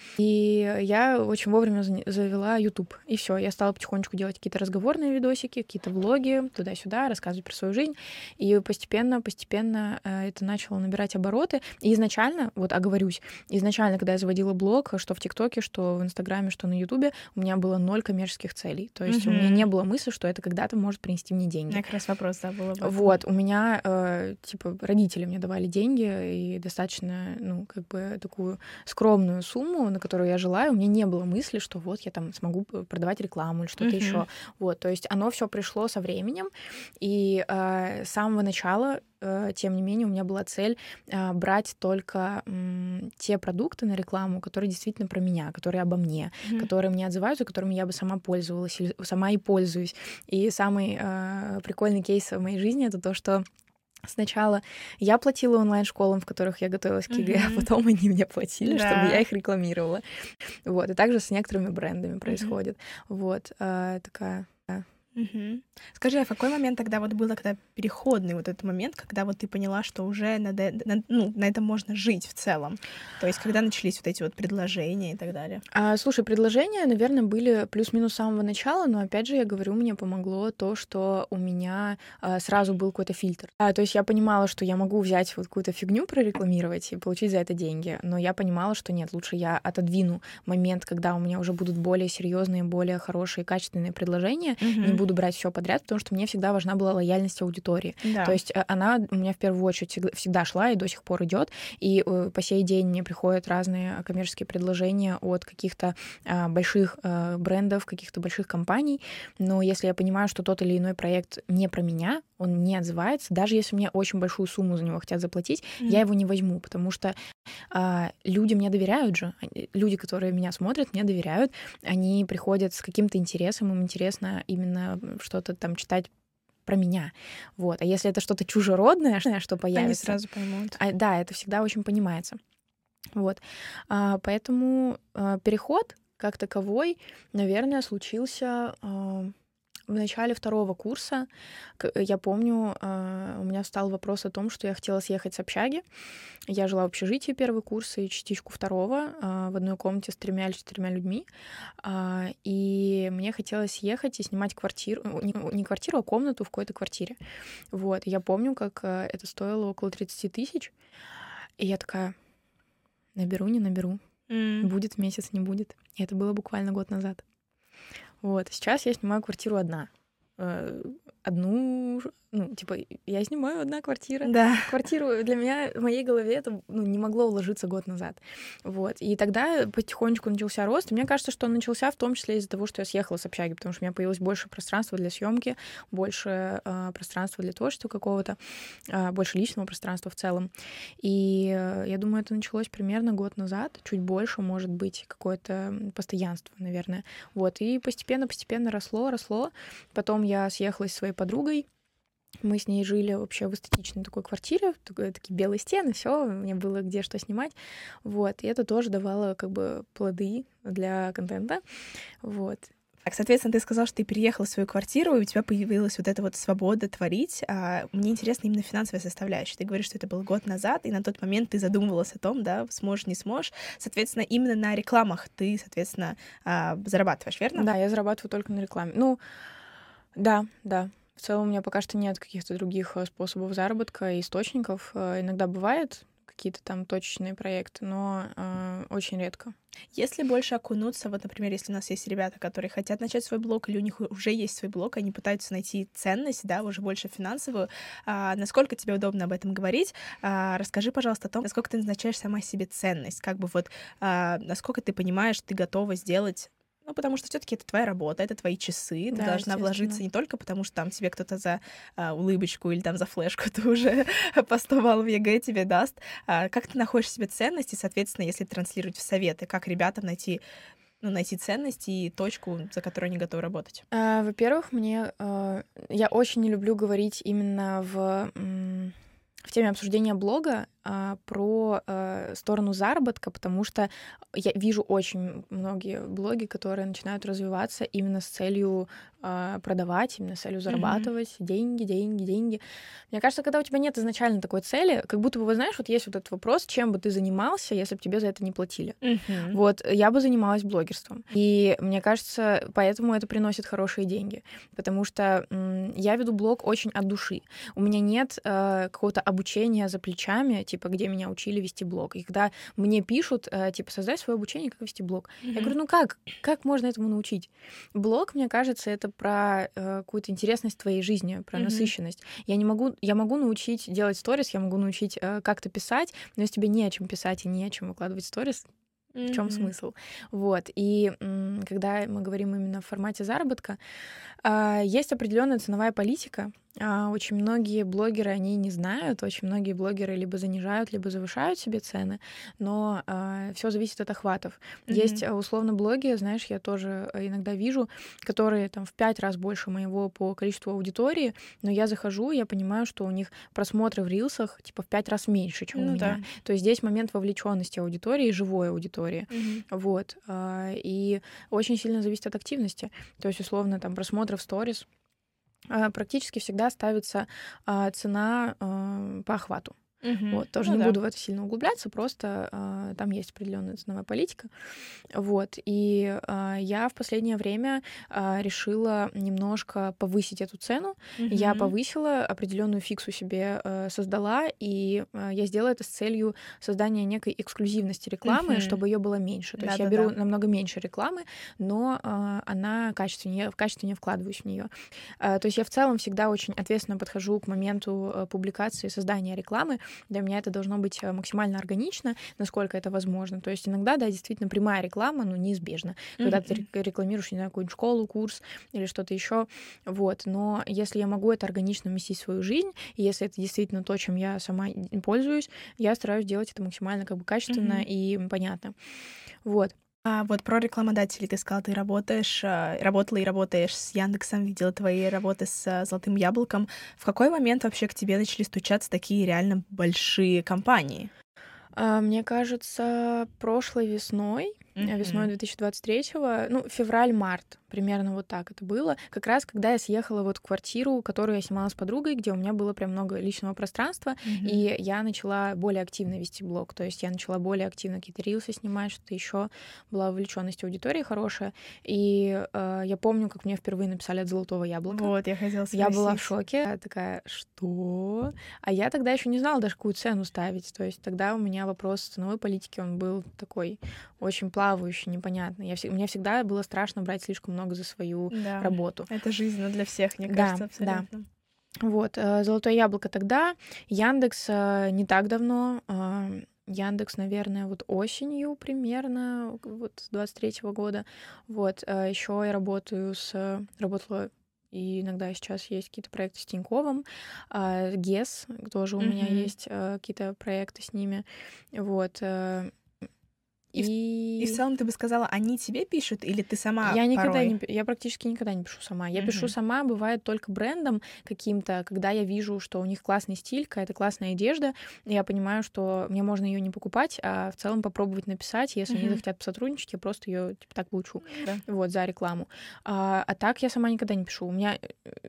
И я очень вовремя заня- завела YouTube. И все, я стала потихонечку делать какие-то разговорные видосики, какие-то влоги, туда-сюда, рассказывать про свою жизнь. И постепенно, постепенно э, это начало набирать обороты. И изначально, вот оговорюсь, изначально, когда я заводила блог, что в ТикТоке, что в Инстаграме, что на Ютубе, у меня было ноль коммерческих целей. То есть у меня Мгм. не было мысли, что это когда-то может принести мне У деньги. меня как раз вопрос, да, был об этом. Вот, у меня, э, типа, родители мне давали деньги и достаточно, ну, как бы такую скромную сумму, на которую я жила, и у меня не было мысли, что вот я там смогу п- продавать рекламу или что-то Мгм. еще. Вот, то есть оно все пришло со временем, и э, с самого начала э, тем не менее, у меня была цель э, брать только м, те продукты на рекламу, которые действительно про меня, которые обо мне, Мгм. которые мне отзываются, которыми я бы сама пользовалась или сама и пользуюсь. И самый э, прикольный кейс в моей жизни — это то, что сначала я платила онлайн-школам, в которых я готовилась к ЕГЭ, а Мгм. потом они мне платили, чтобы я Да. их рекламировала. Вот. И также с некоторыми брендами Мгм. происходит. Вот. а, Такая... да. Мгм. Скажи, а в какой момент тогда вот было, когда переходный вот этот момент, когда вот ты поняла, что уже надо, на, ну, на этом можно жить в целом? То есть когда начались вот эти вот предложения и так далее? А, слушай, предложения, наверное, были плюс-минус с самого начала, но опять же, я говорю, мне помогло то, что у меня а, сразу был какой-то фильтр. А, то есть я понимала, что я могу взять вот какую-то фигню прорекламировать и получить за это деньги, но я понимала, что нет, лучше я отодвину момент, когда у меня уже будут более серьезные, более хорошие, качественные предложения, не Мгм. буду брать все подряд, потому что мне всегда важна была лояльность аудитории. Да. То есть э, она у меня в первую очередь всегда, всегда шла и до сих пор идет. И э, по сей день мне приходят разные коммерческие предложения от каких-то а, больших а, брендов, каких-то больших компаний. Но если я понимаю, что тот или иной проект не про меня, он не отзывается, даже если мне очень большую сумму за него хотят заплатить, Мгм. я его не возьму, потому что а, люди мне доверяют же. Они- Люди, которые меня смотрят, мне доверяют. Они приходят с каким-то интересом, им интересно именно что-то там читать про меня. Вот. А если это что-то чужеродное, что Они появится, сразу поймут. а, да, это всегда очень понимается. Вот. А, поэтому а, переход как таковой, наверное, случился а, в начале второго курса. К- Я помню, а, у меня встал вопрос о том, что я хотела съехать с общаги. Я жила в общежитии первый курс и частичку второго а, в одной комнате с тремя или четырьмя людьми. А, И мне хотелось ехать и снимать квартиру, ну, не не квартиру, а комнату в какой-то квартире. Вот. Я помню, как а, это стоило около тридцать тысяч. И я такая, наберу, не наберу. М. Будет месяц, не будет. И это было буквально год назад. Вот. Сейчас я снимаю квартиру одна. Э, Одну, ж- ну, типа, я снимаю одна квартира. Да. Квартиру для меня, в моей голове это ну, не могло уложиться год назад. Вот. И тогда потихонечку начался рост. И мне кажется, что он начался в том числе из-за того, что я съехала с общаги, потому что у меня появилось больше пространства для съемки, больше э, пространства для творчества какого-то, э, больше личного пространства в целом. И э, я думаю, это началось примерно год назад, чуть больше, может быть, какое-то постоянство, наверное. Вот. И постепенно-постепенно росло, росло. Потом я съехалась со своей подругой. Мы с ней жили вообще в эстетичной такой квартире, такой- такие белые стены, все, мне было где что снимать. Вот. И это тоже давало как бы плоды для контента. Вот. Так, соответственно, ты сказал, что ты переехала в свою квартиру, и у тебя появилась вот эта вот свобода творить. А мне интересна именно финансовая составляющая. Ты говоришь, что это был год назад, и на тот момент ты задумывалась о том, да, сможешь, не сможешь. Соответственно, именно на рекламах ты, соответственно, а, зарабатываешь, верно? Да, я зарабатываю только на рекламе. Ну, да, да. В целом у меня пока что нет каких-то других э, способов заработка и источников. Э, Иногда бывает какие-то там точечные проекты, но э, очень редко. Если больше окунуться, вот, например, если у нас есть ребята, которые хотят начать свой блог, или у них уже есть свой блог, они пытаются найти ценность, да, уже больше финансовую, а, насколько тебе удобно об этом говорить? А, расскажи, пожалуйста, о том, насколько ты назначаешь сама себе ценность, как бы вот, а, насколько ты понимаешь, ты готова сделать. Ну, потому что все-таки это твоя работа, это твои часы, ты Да, должна вложиться естественно. не только потому, что там тебе кто-то за а, улыбочку или там за флешку ты уже по сто баллов ЕГЭ тебе даст. А, как ты находишь себе ценности, соответственно, если транслировать в советы, как ребятам найти, ну, найти ценность и точку, за которую они готовы работать? А, Во-первых, мне э, я очень не люблю говорить именно в, м, в теме обсуждения блога а, про э, сторону заработка, потому что я вижу очень многие блоги, которые начинают развиваться именно с целью а, продавать, именно с целью Мгм. зарабатывать деньги, деньги, деньги. Мне кажется, когда у тебя нет изначально такой цели, как будто бы, вы знаешь, вот есть вот этот вопрос, чем бы ты занимался, если бы тебе за это не платили. Мгм. Вот, я бы занималась блогерством. И мне кажется, поэтому это приносит хорошие деньги. Потому что м, я веду блог очень от души. У меня нет э, какого-то обучения за плечами, типа, где меня учили вести блог. И когда мне пишут, э, типа, создай свое обучение, как вести блог. Я Мгм. говорю, ну как? Как можно этому научить? Блог, мне кажется, это про э, какую-то интересность твоей жизни, про Мгм. насыщенность. Я не могу, я могу научить делать сторис, я могу научить э, как-то писать, но если тебе не о чем писать и не о чем выкладывать сторис, в чем Мгм. смысл? Вот. И м, когда мы говорим именно в формате заработка, а, есть определенная ценовая политика, А, очень многие блогеры, они не знают, очень многие блогеры либо занижают, либо завышают себе цены, но все зависит от охватов. Есть, Мгм. а, условно, блоги, знаешь, я тоже э, иногда вижу, которые там в пять раз больше моего по количеству аудитории, но я захожу, я понимаю, что у них просмотры в рилсах типа в пять раз меньше, чем у Ну да. меня. То есть здесь момент вовлеченности аудитории, живой аудитории. Мгм. Вот. а, И очень сильно зависит от активности. То есть, условно, там просмотры в сторис а, практически всегда ставится а, цена а, по охвату. Мгм. Вот, тоже Ну не да. буду в это сильно углубляться, просто а, там есть определенная ценовая политика. Вот, и а, я в последнее время а, решила немножко повысить эту цену. Я Мгм. повысила, определенную фиксу себе э, создала, и а, я сделала это с целью создания некой эксклюзивности рекламы, Мгм. чтобы ее было меньше. То есть я Да-да-да. беру намного меньше рекламы, но а, она качественнее, я в качественнее вкладываюсь в нее. То есть я в целом всегда очень ответственно подхожу к моменту э, публикации и создания рекламы. Для меня это должно быть э, максимально органично, насколько это возможно. То есть иногда, да, действительно прямая реклама, ну, неизбежна. Когда ты Мгм. рек- рекламируешь, не знаю, какую-нибудь школу, курс или что-то еще, вот. Но если я могу это органично вместить в свою жизнь, и если это действительно то, чем я сама и пользуюсь, я стараюсь делать это максимально как бы качественно Мгм. и понятно. Вот. А вот про рекламодателей ты сказала, ты работаешь, а, работала и работаешь с Яндексом, видела твои работы с а, Золотым яблоком. В какой момент вообще к тебе начали стучаться такие реально большие компании? А, Мне кажется, прошлой весной, э, весной Мгм. две тысячи двадцать третьего, ну, февраль-март, примерно вот так это было. Как раз когда я съехала вот в квартиру, которую я снимала с подругой, где у меня было прям много личного пространства, Мгм. и я начала более активно вести блог. То есть я начала более активно какие-то рилсы снимать, что-то еще. Была вовлеченность аудитории хорошая. И э, я помню, как мне впервые написали от Золотого яблока. Вот, я хотела Я была в спросить. шоке. Я такая, что? А я тогда еще не знала даже, какую цену ставить. То есть тогда у меня вопрос ценовой политики, он был такой очень плавающий, непонятный. Я, всег- мне всегда было страшно брать слишком много за свою Да, работу. это жизненно для всех, мне Да, кажется, да. абсолютно. Вот, э, «Золотое яблоко» тогда, Яндекс э, не так давно, а, Яндекс, наверное, вот осенью примерно, вот с двадцать третьего года. Вот, еще я работаю с... Работала и иногда сейчас есть какие-то проекты с Тиньковым. а, ГЕС тоже у меня Мгм. есть э, какие-то проекты с ними. Вот. э, И в, и в И целом ты бы сказала, они тебе пишут или ты сама я никогда не, порой? пи- я практически никогда не пишу сама. Я пишу Мгм. сама, бывает только брендом каким-то, когда я вижу, что у них классный стиль, какая-то классная одежда, и я понимаю, что мне можно ее не покупать, а в целом попробовать написать. Если они Мгм. захотят посотрудничать, я просто ее типа так получу, Да. вот, за рекламу. А, а так я сама никогда не пишу. У меня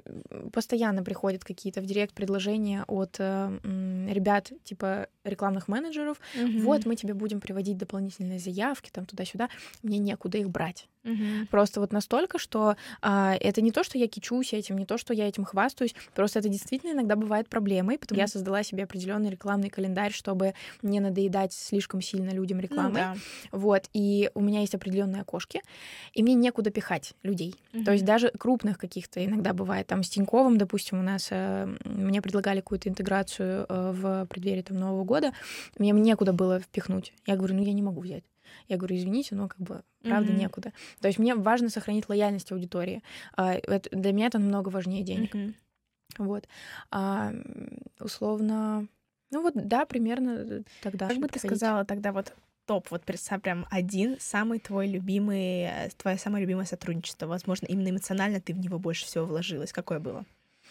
э, постоянно приходят какие-то в директ предложения от э, м, ребят, типа рекламных менеджеров. Мгм. Вот, мы тебе будем приводить дополнительные заявки, там туда-сюда. Мне некуда их брать. Мгм. Просто вот настолько, что а, это не то, что я кичусь этим, не то, что я этим хвастаюсь, просто это действительно иногда бывает проблемой, потому я Мгм. создала себе определенный рекламный календарь, чтобы не надоедать слишком сильно людям Ну рекламой. да. Вот, и у меня есть определенные окошки, и мне некуда пихать людей. То есть Мгм. даже крупных каких-то иногда бывает. Там с Тиньковым, допустим, у нас э, мне предлагали какую-то интеграцию э, в преддверии там, Нового года, мне некуда было впихнуть. Я говорю, ну я не могу взять. Я говорю, извините, но как бы правда Мгм. некуда. То есть мне важно сохранить лояльность аудитории. А, это- Для меня это намного важнее денег. Мгм. Вот. А, м, условно, ну вот да, примерно э, тогда Как начали бы ты приходить. сказала тогда вот топ, вот представь прям один самый твой любимый, э, твое самое любимое сотрудничество? Возможно, именно эмоционально ты в него больше всего вложилась. Какое было?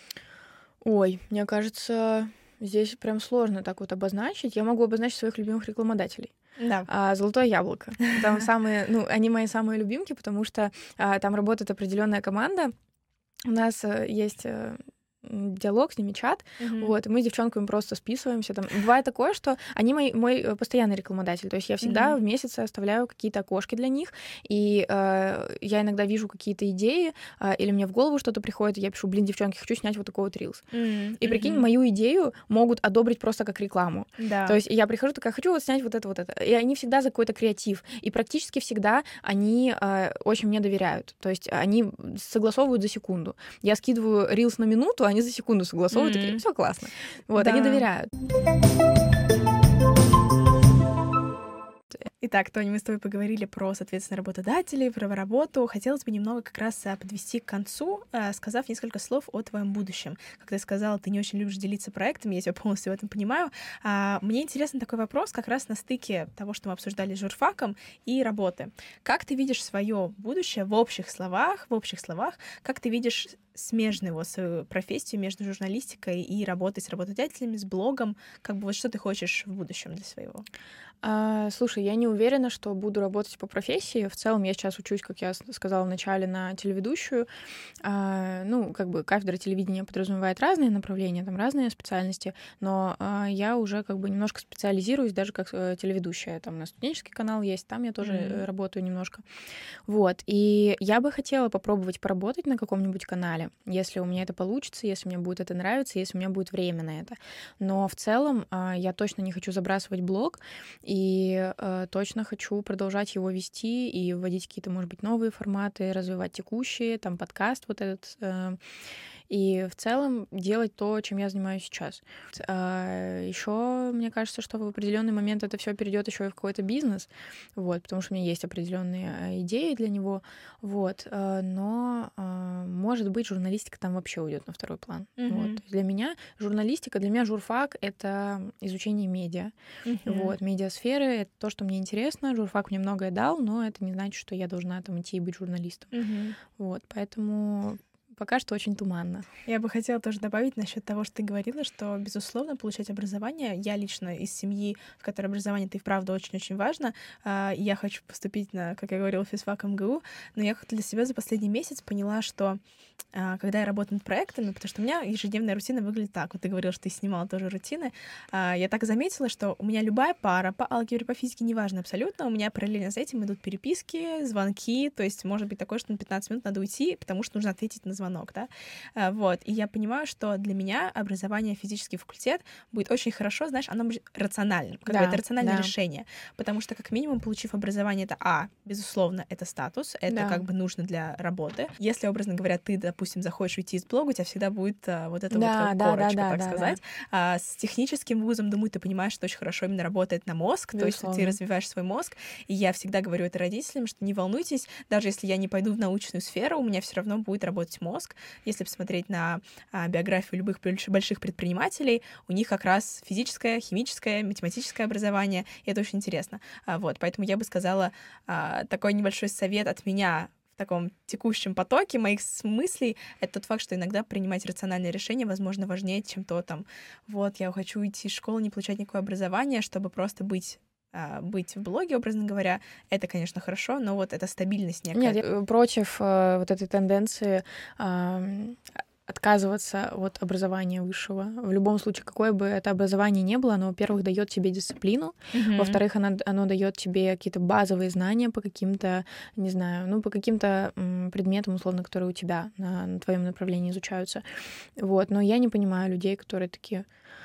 Ой, мне кажется, здесь прям сложно так вот обозначить. Я могу обозначить своих любимых рекламодателей. Да. А, «Золотое яблоко». Там самые, ну, они мои самые любимки, потому что а, там работает определенная команда. У нас э, есть э, м, диалог с ними, чат, Мгм. вот, и мы с девчонками просто списываемся. Там бывает такое, что они мой, мой э, постоянный рекламодатель, то есть я всегда Мгм. в месяц оставляю какие-то окошки для них, и э, я иногда вижу какие-то идеи, э, или мне в голову что-то приходит, и я пишу, блин, девчонки, хочу снять вот такой вот рилс. М, И прикинь, мгм. мою идею могут одобрить просто как рекламу. Да. То есть я прихожу такая, хочу вот снять вот это, вот это. И они всегда за какой-то креатив. И практически всегда они э, очень мне доверяют. То есть они согласовывают за секунду. Я скидываю рилс на минуту, они за секунду согласовывают, такие, М. все классно. Вот, они Да. доверяют. Итак, Тоня, мы с тобой поговорили про, соответственно, работодателей, про работу. Хотелось бы немного как раз а, подвести к концу, а, сказав несколько слов о твоем будущем. Как ты сказала, ты не очень любишь делиться проектами, я тебя полностью в этом понимаю. А, мне интересен такой вопрос как раз на стыке того, что мы обсуждали с журфаком, и работы. Как ты видишь свое будущее в общих словах, в общих словах, как ты видишь смежную его свою профессию между журналистикой и работой с работодателями, с блогом? Как бы вот что ты хочешь в будущем для своего? А, слушай, я не уверена, что буду работать по профессии. В целом, я сейчас учусь, как я с- сказала в начале, на телеведущую. А, ну, как бы кафедра телевидения подразумевает разные направления, там разные специальности, но а, я уже как бы немножко специализируюсь даже как э, телеведущая. Там на студенческий канал есть, там я тоже э, М. работаю немножко. Вот. И я бы хотела попробовать поработать на каком-нибудь канале, если у меня это получится, если мне будет это нравиться, если у меня будет время на это. Но в целом а, я точно не хочу забрасывать блог, и э, точно хочу продолжать его вести и вводить какие-то, может быть, новые форматы, развивать текущие, там подкаст вот этот. Э, и в целом делать то, чем я занимаюсь сейчас. А, еще мне кажется, что в определенный момент это все перейдет еще и в какой-то бизнес, вот, потому что у меня есть определенные а, идеи для него, вот. а, Но, а, может быть, журналистика там вообще уйдет на второй план. Вот. Мгм. То есть для меня журналистика, для меня журфак — это изучение медиа. Мгм. Вот, медиасферы — это то, что мне интересно. Журфак мне многое дал, но это не значит, что я должна там идти и быть журналистом. Мгм. Вот, поэтому пока что очень туманно. Я бы хотела тоже добавить насчет того, что ты говорила, что, безусловно, получать образование. Я лично из семьи, в которой образование это и вправду очень-очень важно. А, и я хочу поступить на, как я говорила, физфак МГУ, но я как-то для себя за последний месяц поняла, что а, когда я работаю над проектами, потому что у меня ежедневная рутина выглядит так. Вот ты говорила, что ты снимала тоже рутины. А, я так заметила, что у меня любая пара по алгебре, по физике, неважно абсолютно, у меня параллельно с этим идут переписки, звонки, то есть может быть такое, что на пятнадцать минут надо уйти, потому что нужно ответить на звонок. Да? А, вот. И я понимаю, что для меня образование физический факультет будет очень хорошо, знаешь, оно будет рациональным, как бы Да, это рациональное да. решение, потому что как минимум, получив образование, это, а, безусловно, это статус, это Да. как бы нужно для работы. Если, образно говоря, ты, допустим, захочешь уйти из блога, у тебя всегда будет а, вот эта Да, вот да, корочка, да, так да, да. сказать. А с техническим вузом, думаю, ты понимаешь, что очень хорошо именно работает на мозг, то есть ты Безусловно. развиваешь свой мозг, и я всегда говорю это родителям, что не волнуйтесь, даже если я не пойду в научную сферу, у меня все равно будет работать мозг. Если посмотреть на а, биографию любых больш- больших предпринимателей, у них как раз физическое, химическое, математическое образование, и это очень интересно. А, вот, поэтому я бы сказала, а, такой небольшой совет от меня в таком текущем потоке моих с- мыслей, это тот факт, что иногда принимать рациональные решения, возможно, важнее, чем то там, вот, я хочу идти из школы, не получать никакое образование, чтобы просто быть а, быть в блоге, образно говоря, это, конечно, хорошо, но вот эта стабильность некая. Нет, я э, против э, вот этой тенденции ам, отказываться от образования высшего. В любом случае, какое бы это образование ни было, оно, во-первых, дает тебе дисциплину, Мгм. во-вторых, оно, оно дает тебе какие-то базовые знания по каким-то, не знаю, ну, по каким-то м, предметам, условно, которые у тебя на, на твоем направлении изучаются. Вот. Но я не понимаю людей, которые такие,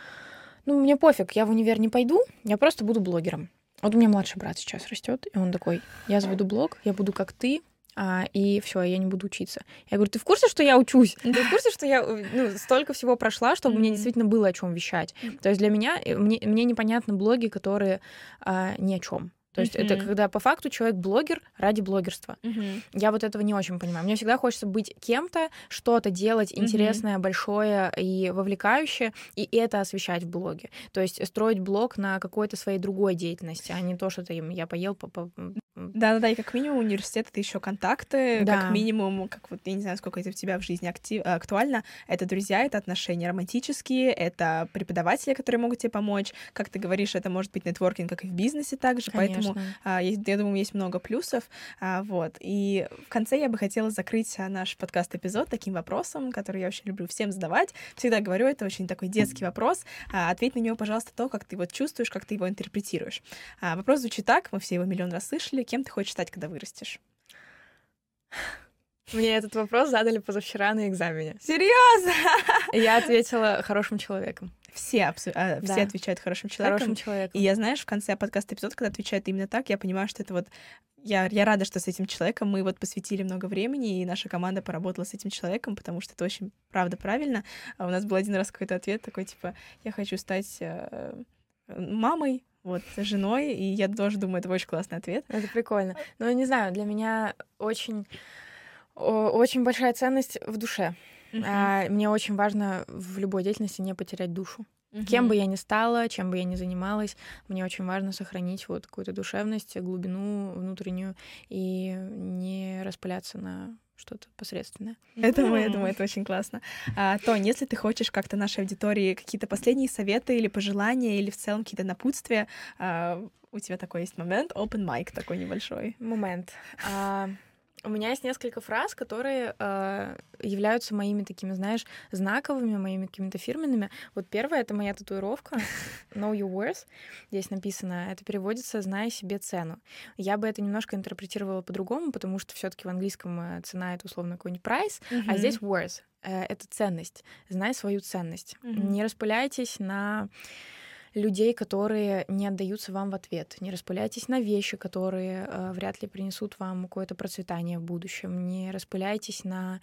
ну, мне пофиг, я в универ не пойду, я просто буду блогером. Вот у меня младший брат сейчас растет, и он такой, я заведу блог, я буду как ты, а, и все, я не буду учиться. Я говорю, ты в курсе, что я учусь? Ты в курсе, что я э, ну, столько всего прошла, чтобы мне Мгм. действительно было о чем вещать? То есть для меня, э, мне, мне непонятны блоги, которые а, ни о чем. То есть это Мгм. когда по факту человек блогер ради блогерства. Мгм. Я вот этого не очень понимаю. Мне всегда хочется быть кем-то, что-то делать Мгм. интересное, большое и вовлекающее, и это освещать в блоге. То есть строить блог на какой-то своей другой деятельности, а не то, что ты, я поел, по, по- м, Да-да-да, и как минимум университет — это еще контакты, как Да. минимум, как вот, я не знаю, сколько это в тебя в жизни актив- актуально, это друзья, это отношения романтические, это преподаватели, которые могут тебе помочь, как ты говоришь, это может быть нетворкинг, как и в бизнесе также, поэтому, Конечно. а, есть- я думаю, есть много плюсов, а, вот, и в конце я бы хотела закрыть а, наш подкаст-эпизод таким вопросом, который я очень люблю всем задавать, всегда говорю, это очень такой детский вопрос, а, ответь на него, пожалуйста, то, как ты вот чувствуешь, как ты его интерпретируешь. А, вопрос звучит так, мы все его миллион раз слышали: кем ты хочешь стать, когда вырастешь? Мне этот вопрос задали позавчера на экзамене. Серьезно? И я ответила хорошим человеком. Все, абсо- а, Да. все отвечают хорошим человеком. Хорошим человеком. И я, знаешь, в конце подкаста эпизода, когда отвечают именно так, я понимаю, что это вот... Я, я рада, что с этим человеком мы вот посвятили много времени, и наша команда поработала с этим человеком, потому что это очень, правда, правильно. А у нас был один раз какой-то ответ такой, типа, я хочу стать э, мамой, вот женой, и я тоже думаю, это очень классный ответ. Это прикольно. Но не знаю, для меня очень, очень большая ценность в душе. Uh-huh. А, мне очень важно в любой деятельности не потерять душу. Uh-huh. Кем бы я ни стала, чем бы я ни занималась, мне очень важно сохранить вот какую-то душевность, глубину внутреннюю и не распыляться на что-то посредственное. Это, я думаю, это очень классно. А, Тонь, если ты хочешь как-то нашей аудитории какие-то последние советы или пожелания, или в целом какие-то напутствия, а, у тебя такой есть момент, open mic такой небольшой. Момент. А... У меня есть несколько фраз, которые э, являются моими такими, знаешь, знаковыми, моими какими-то фирменными. Вот первая — это моя татуировка «Know your worth». Здесь написано, это переводится «Знай себе цену». Я бы это немножко интерпретировала по-другому, потому что все таки в английском цена — это условно какой-нибудь price, mm-hmm. а здесь worth — это ценность. Знай свою ценность. Mm-hmm. Не распыляйтесь на людей, которые не отдаются вам в ответ. Не распыляйтесь на вещи, которые э, вряд ли принесут вам какое-то процветание в будущем. Не распыляйтесь на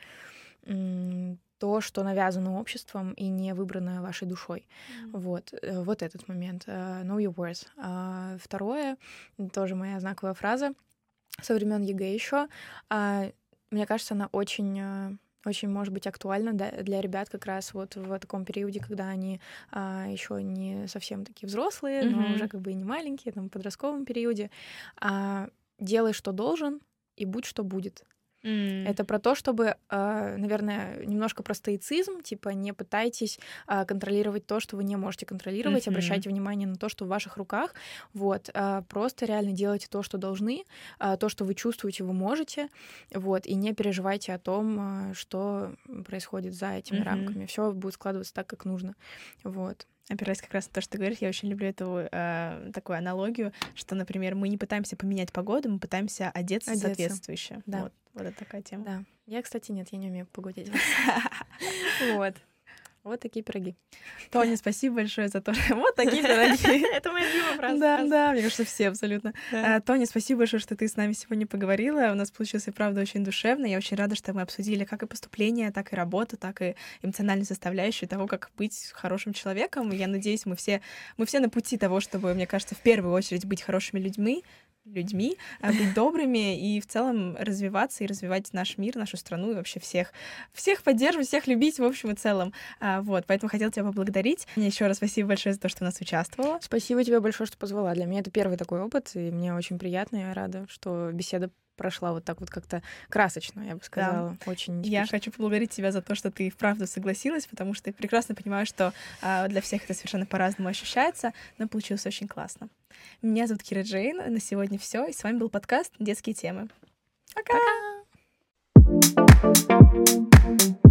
м, то, что навязано обществом и не выбрано вашей душой. Mm-hmm. Вот. Вот этот момент. Uh, know your worth. Uh, второе, тоже моя знаковая фраза со времен ЕГЭ еще. Uh, мне кажется, она очень... Uh, очень, может быть, актуально для ребят как раз вот в таком периоде, когда они а, еще не совсем такие взрослые, mm-hmm. но уже как бы и не маленькие, там, в подростковом периоде. А, делай, что должен, и будь, что будет. Mm. Это про то, чтобы, наверное, немножко про стоицизм, типа не пытайтесь контролировать то, что вы не можете контролировать, mm-hmm. обращайте внимание на то, что в ваших руках, вот, просто реально делайте то, что должны, то, что вы чувствуете, вы можете, вот, и не переживайте о том, что происходит за этими mm-hmm. рамками. Все будет складываться так, как нужно, вот. Опираясь как раз на то, что ты говоришь, я очень люблю эту э, такую аналогию, что, например, мы не пытаемся поменять погоду, мы пытаемся одеться, одеться. соответствующе. Да. Вот, вот это такая тема. Да. Я, кстати, нет, я не умею погоде одеваться. Вот. Вот такие пироги. Тоня, спасибо большое за то, что... Вот такие пироги. Это моя любимая фраза. Да, да, мне кажется, все абсолютно. Тоня, спасибо большое, что ты с нами сегодня поговорила. У нас получилось, и правда, очень душевно. Я очень рада, что мы обсудили как и поступление, так и работу, так и эмоциональную составляющую того, как быть хорошим человеком. И я надеюсь, мы все, мы все на пути того, чтобы, мне кажется, в первую очередь быть хорошими людьми, людьми, быть добрыми и в целом развиваться и развивать наш мир, нашу страну и вообще всех, всех поддерживать, всех любить в общем и целом. Вот, поэтому хотела тебя поблагодарить. Еще раз спасибо большое за то, что у нас участвовала. Спасибо тебе большое, что позвала. Для меня это первый такой опыт, и мне очень приятно, я рада, что беседа прошла вот так вот как-то красочно, я бы сказала. Да. Очень Я хочу поблагодарить тебя за то, что ты вправду согласилась, потому что я прекрасно понимаю, что а, для всех это совершенно по-разному ощущается, но получилось очень классно. Меня зовут Кира Джейн, на сегодня все, и с вами был подкаст «Детские темы». Пока! Пока!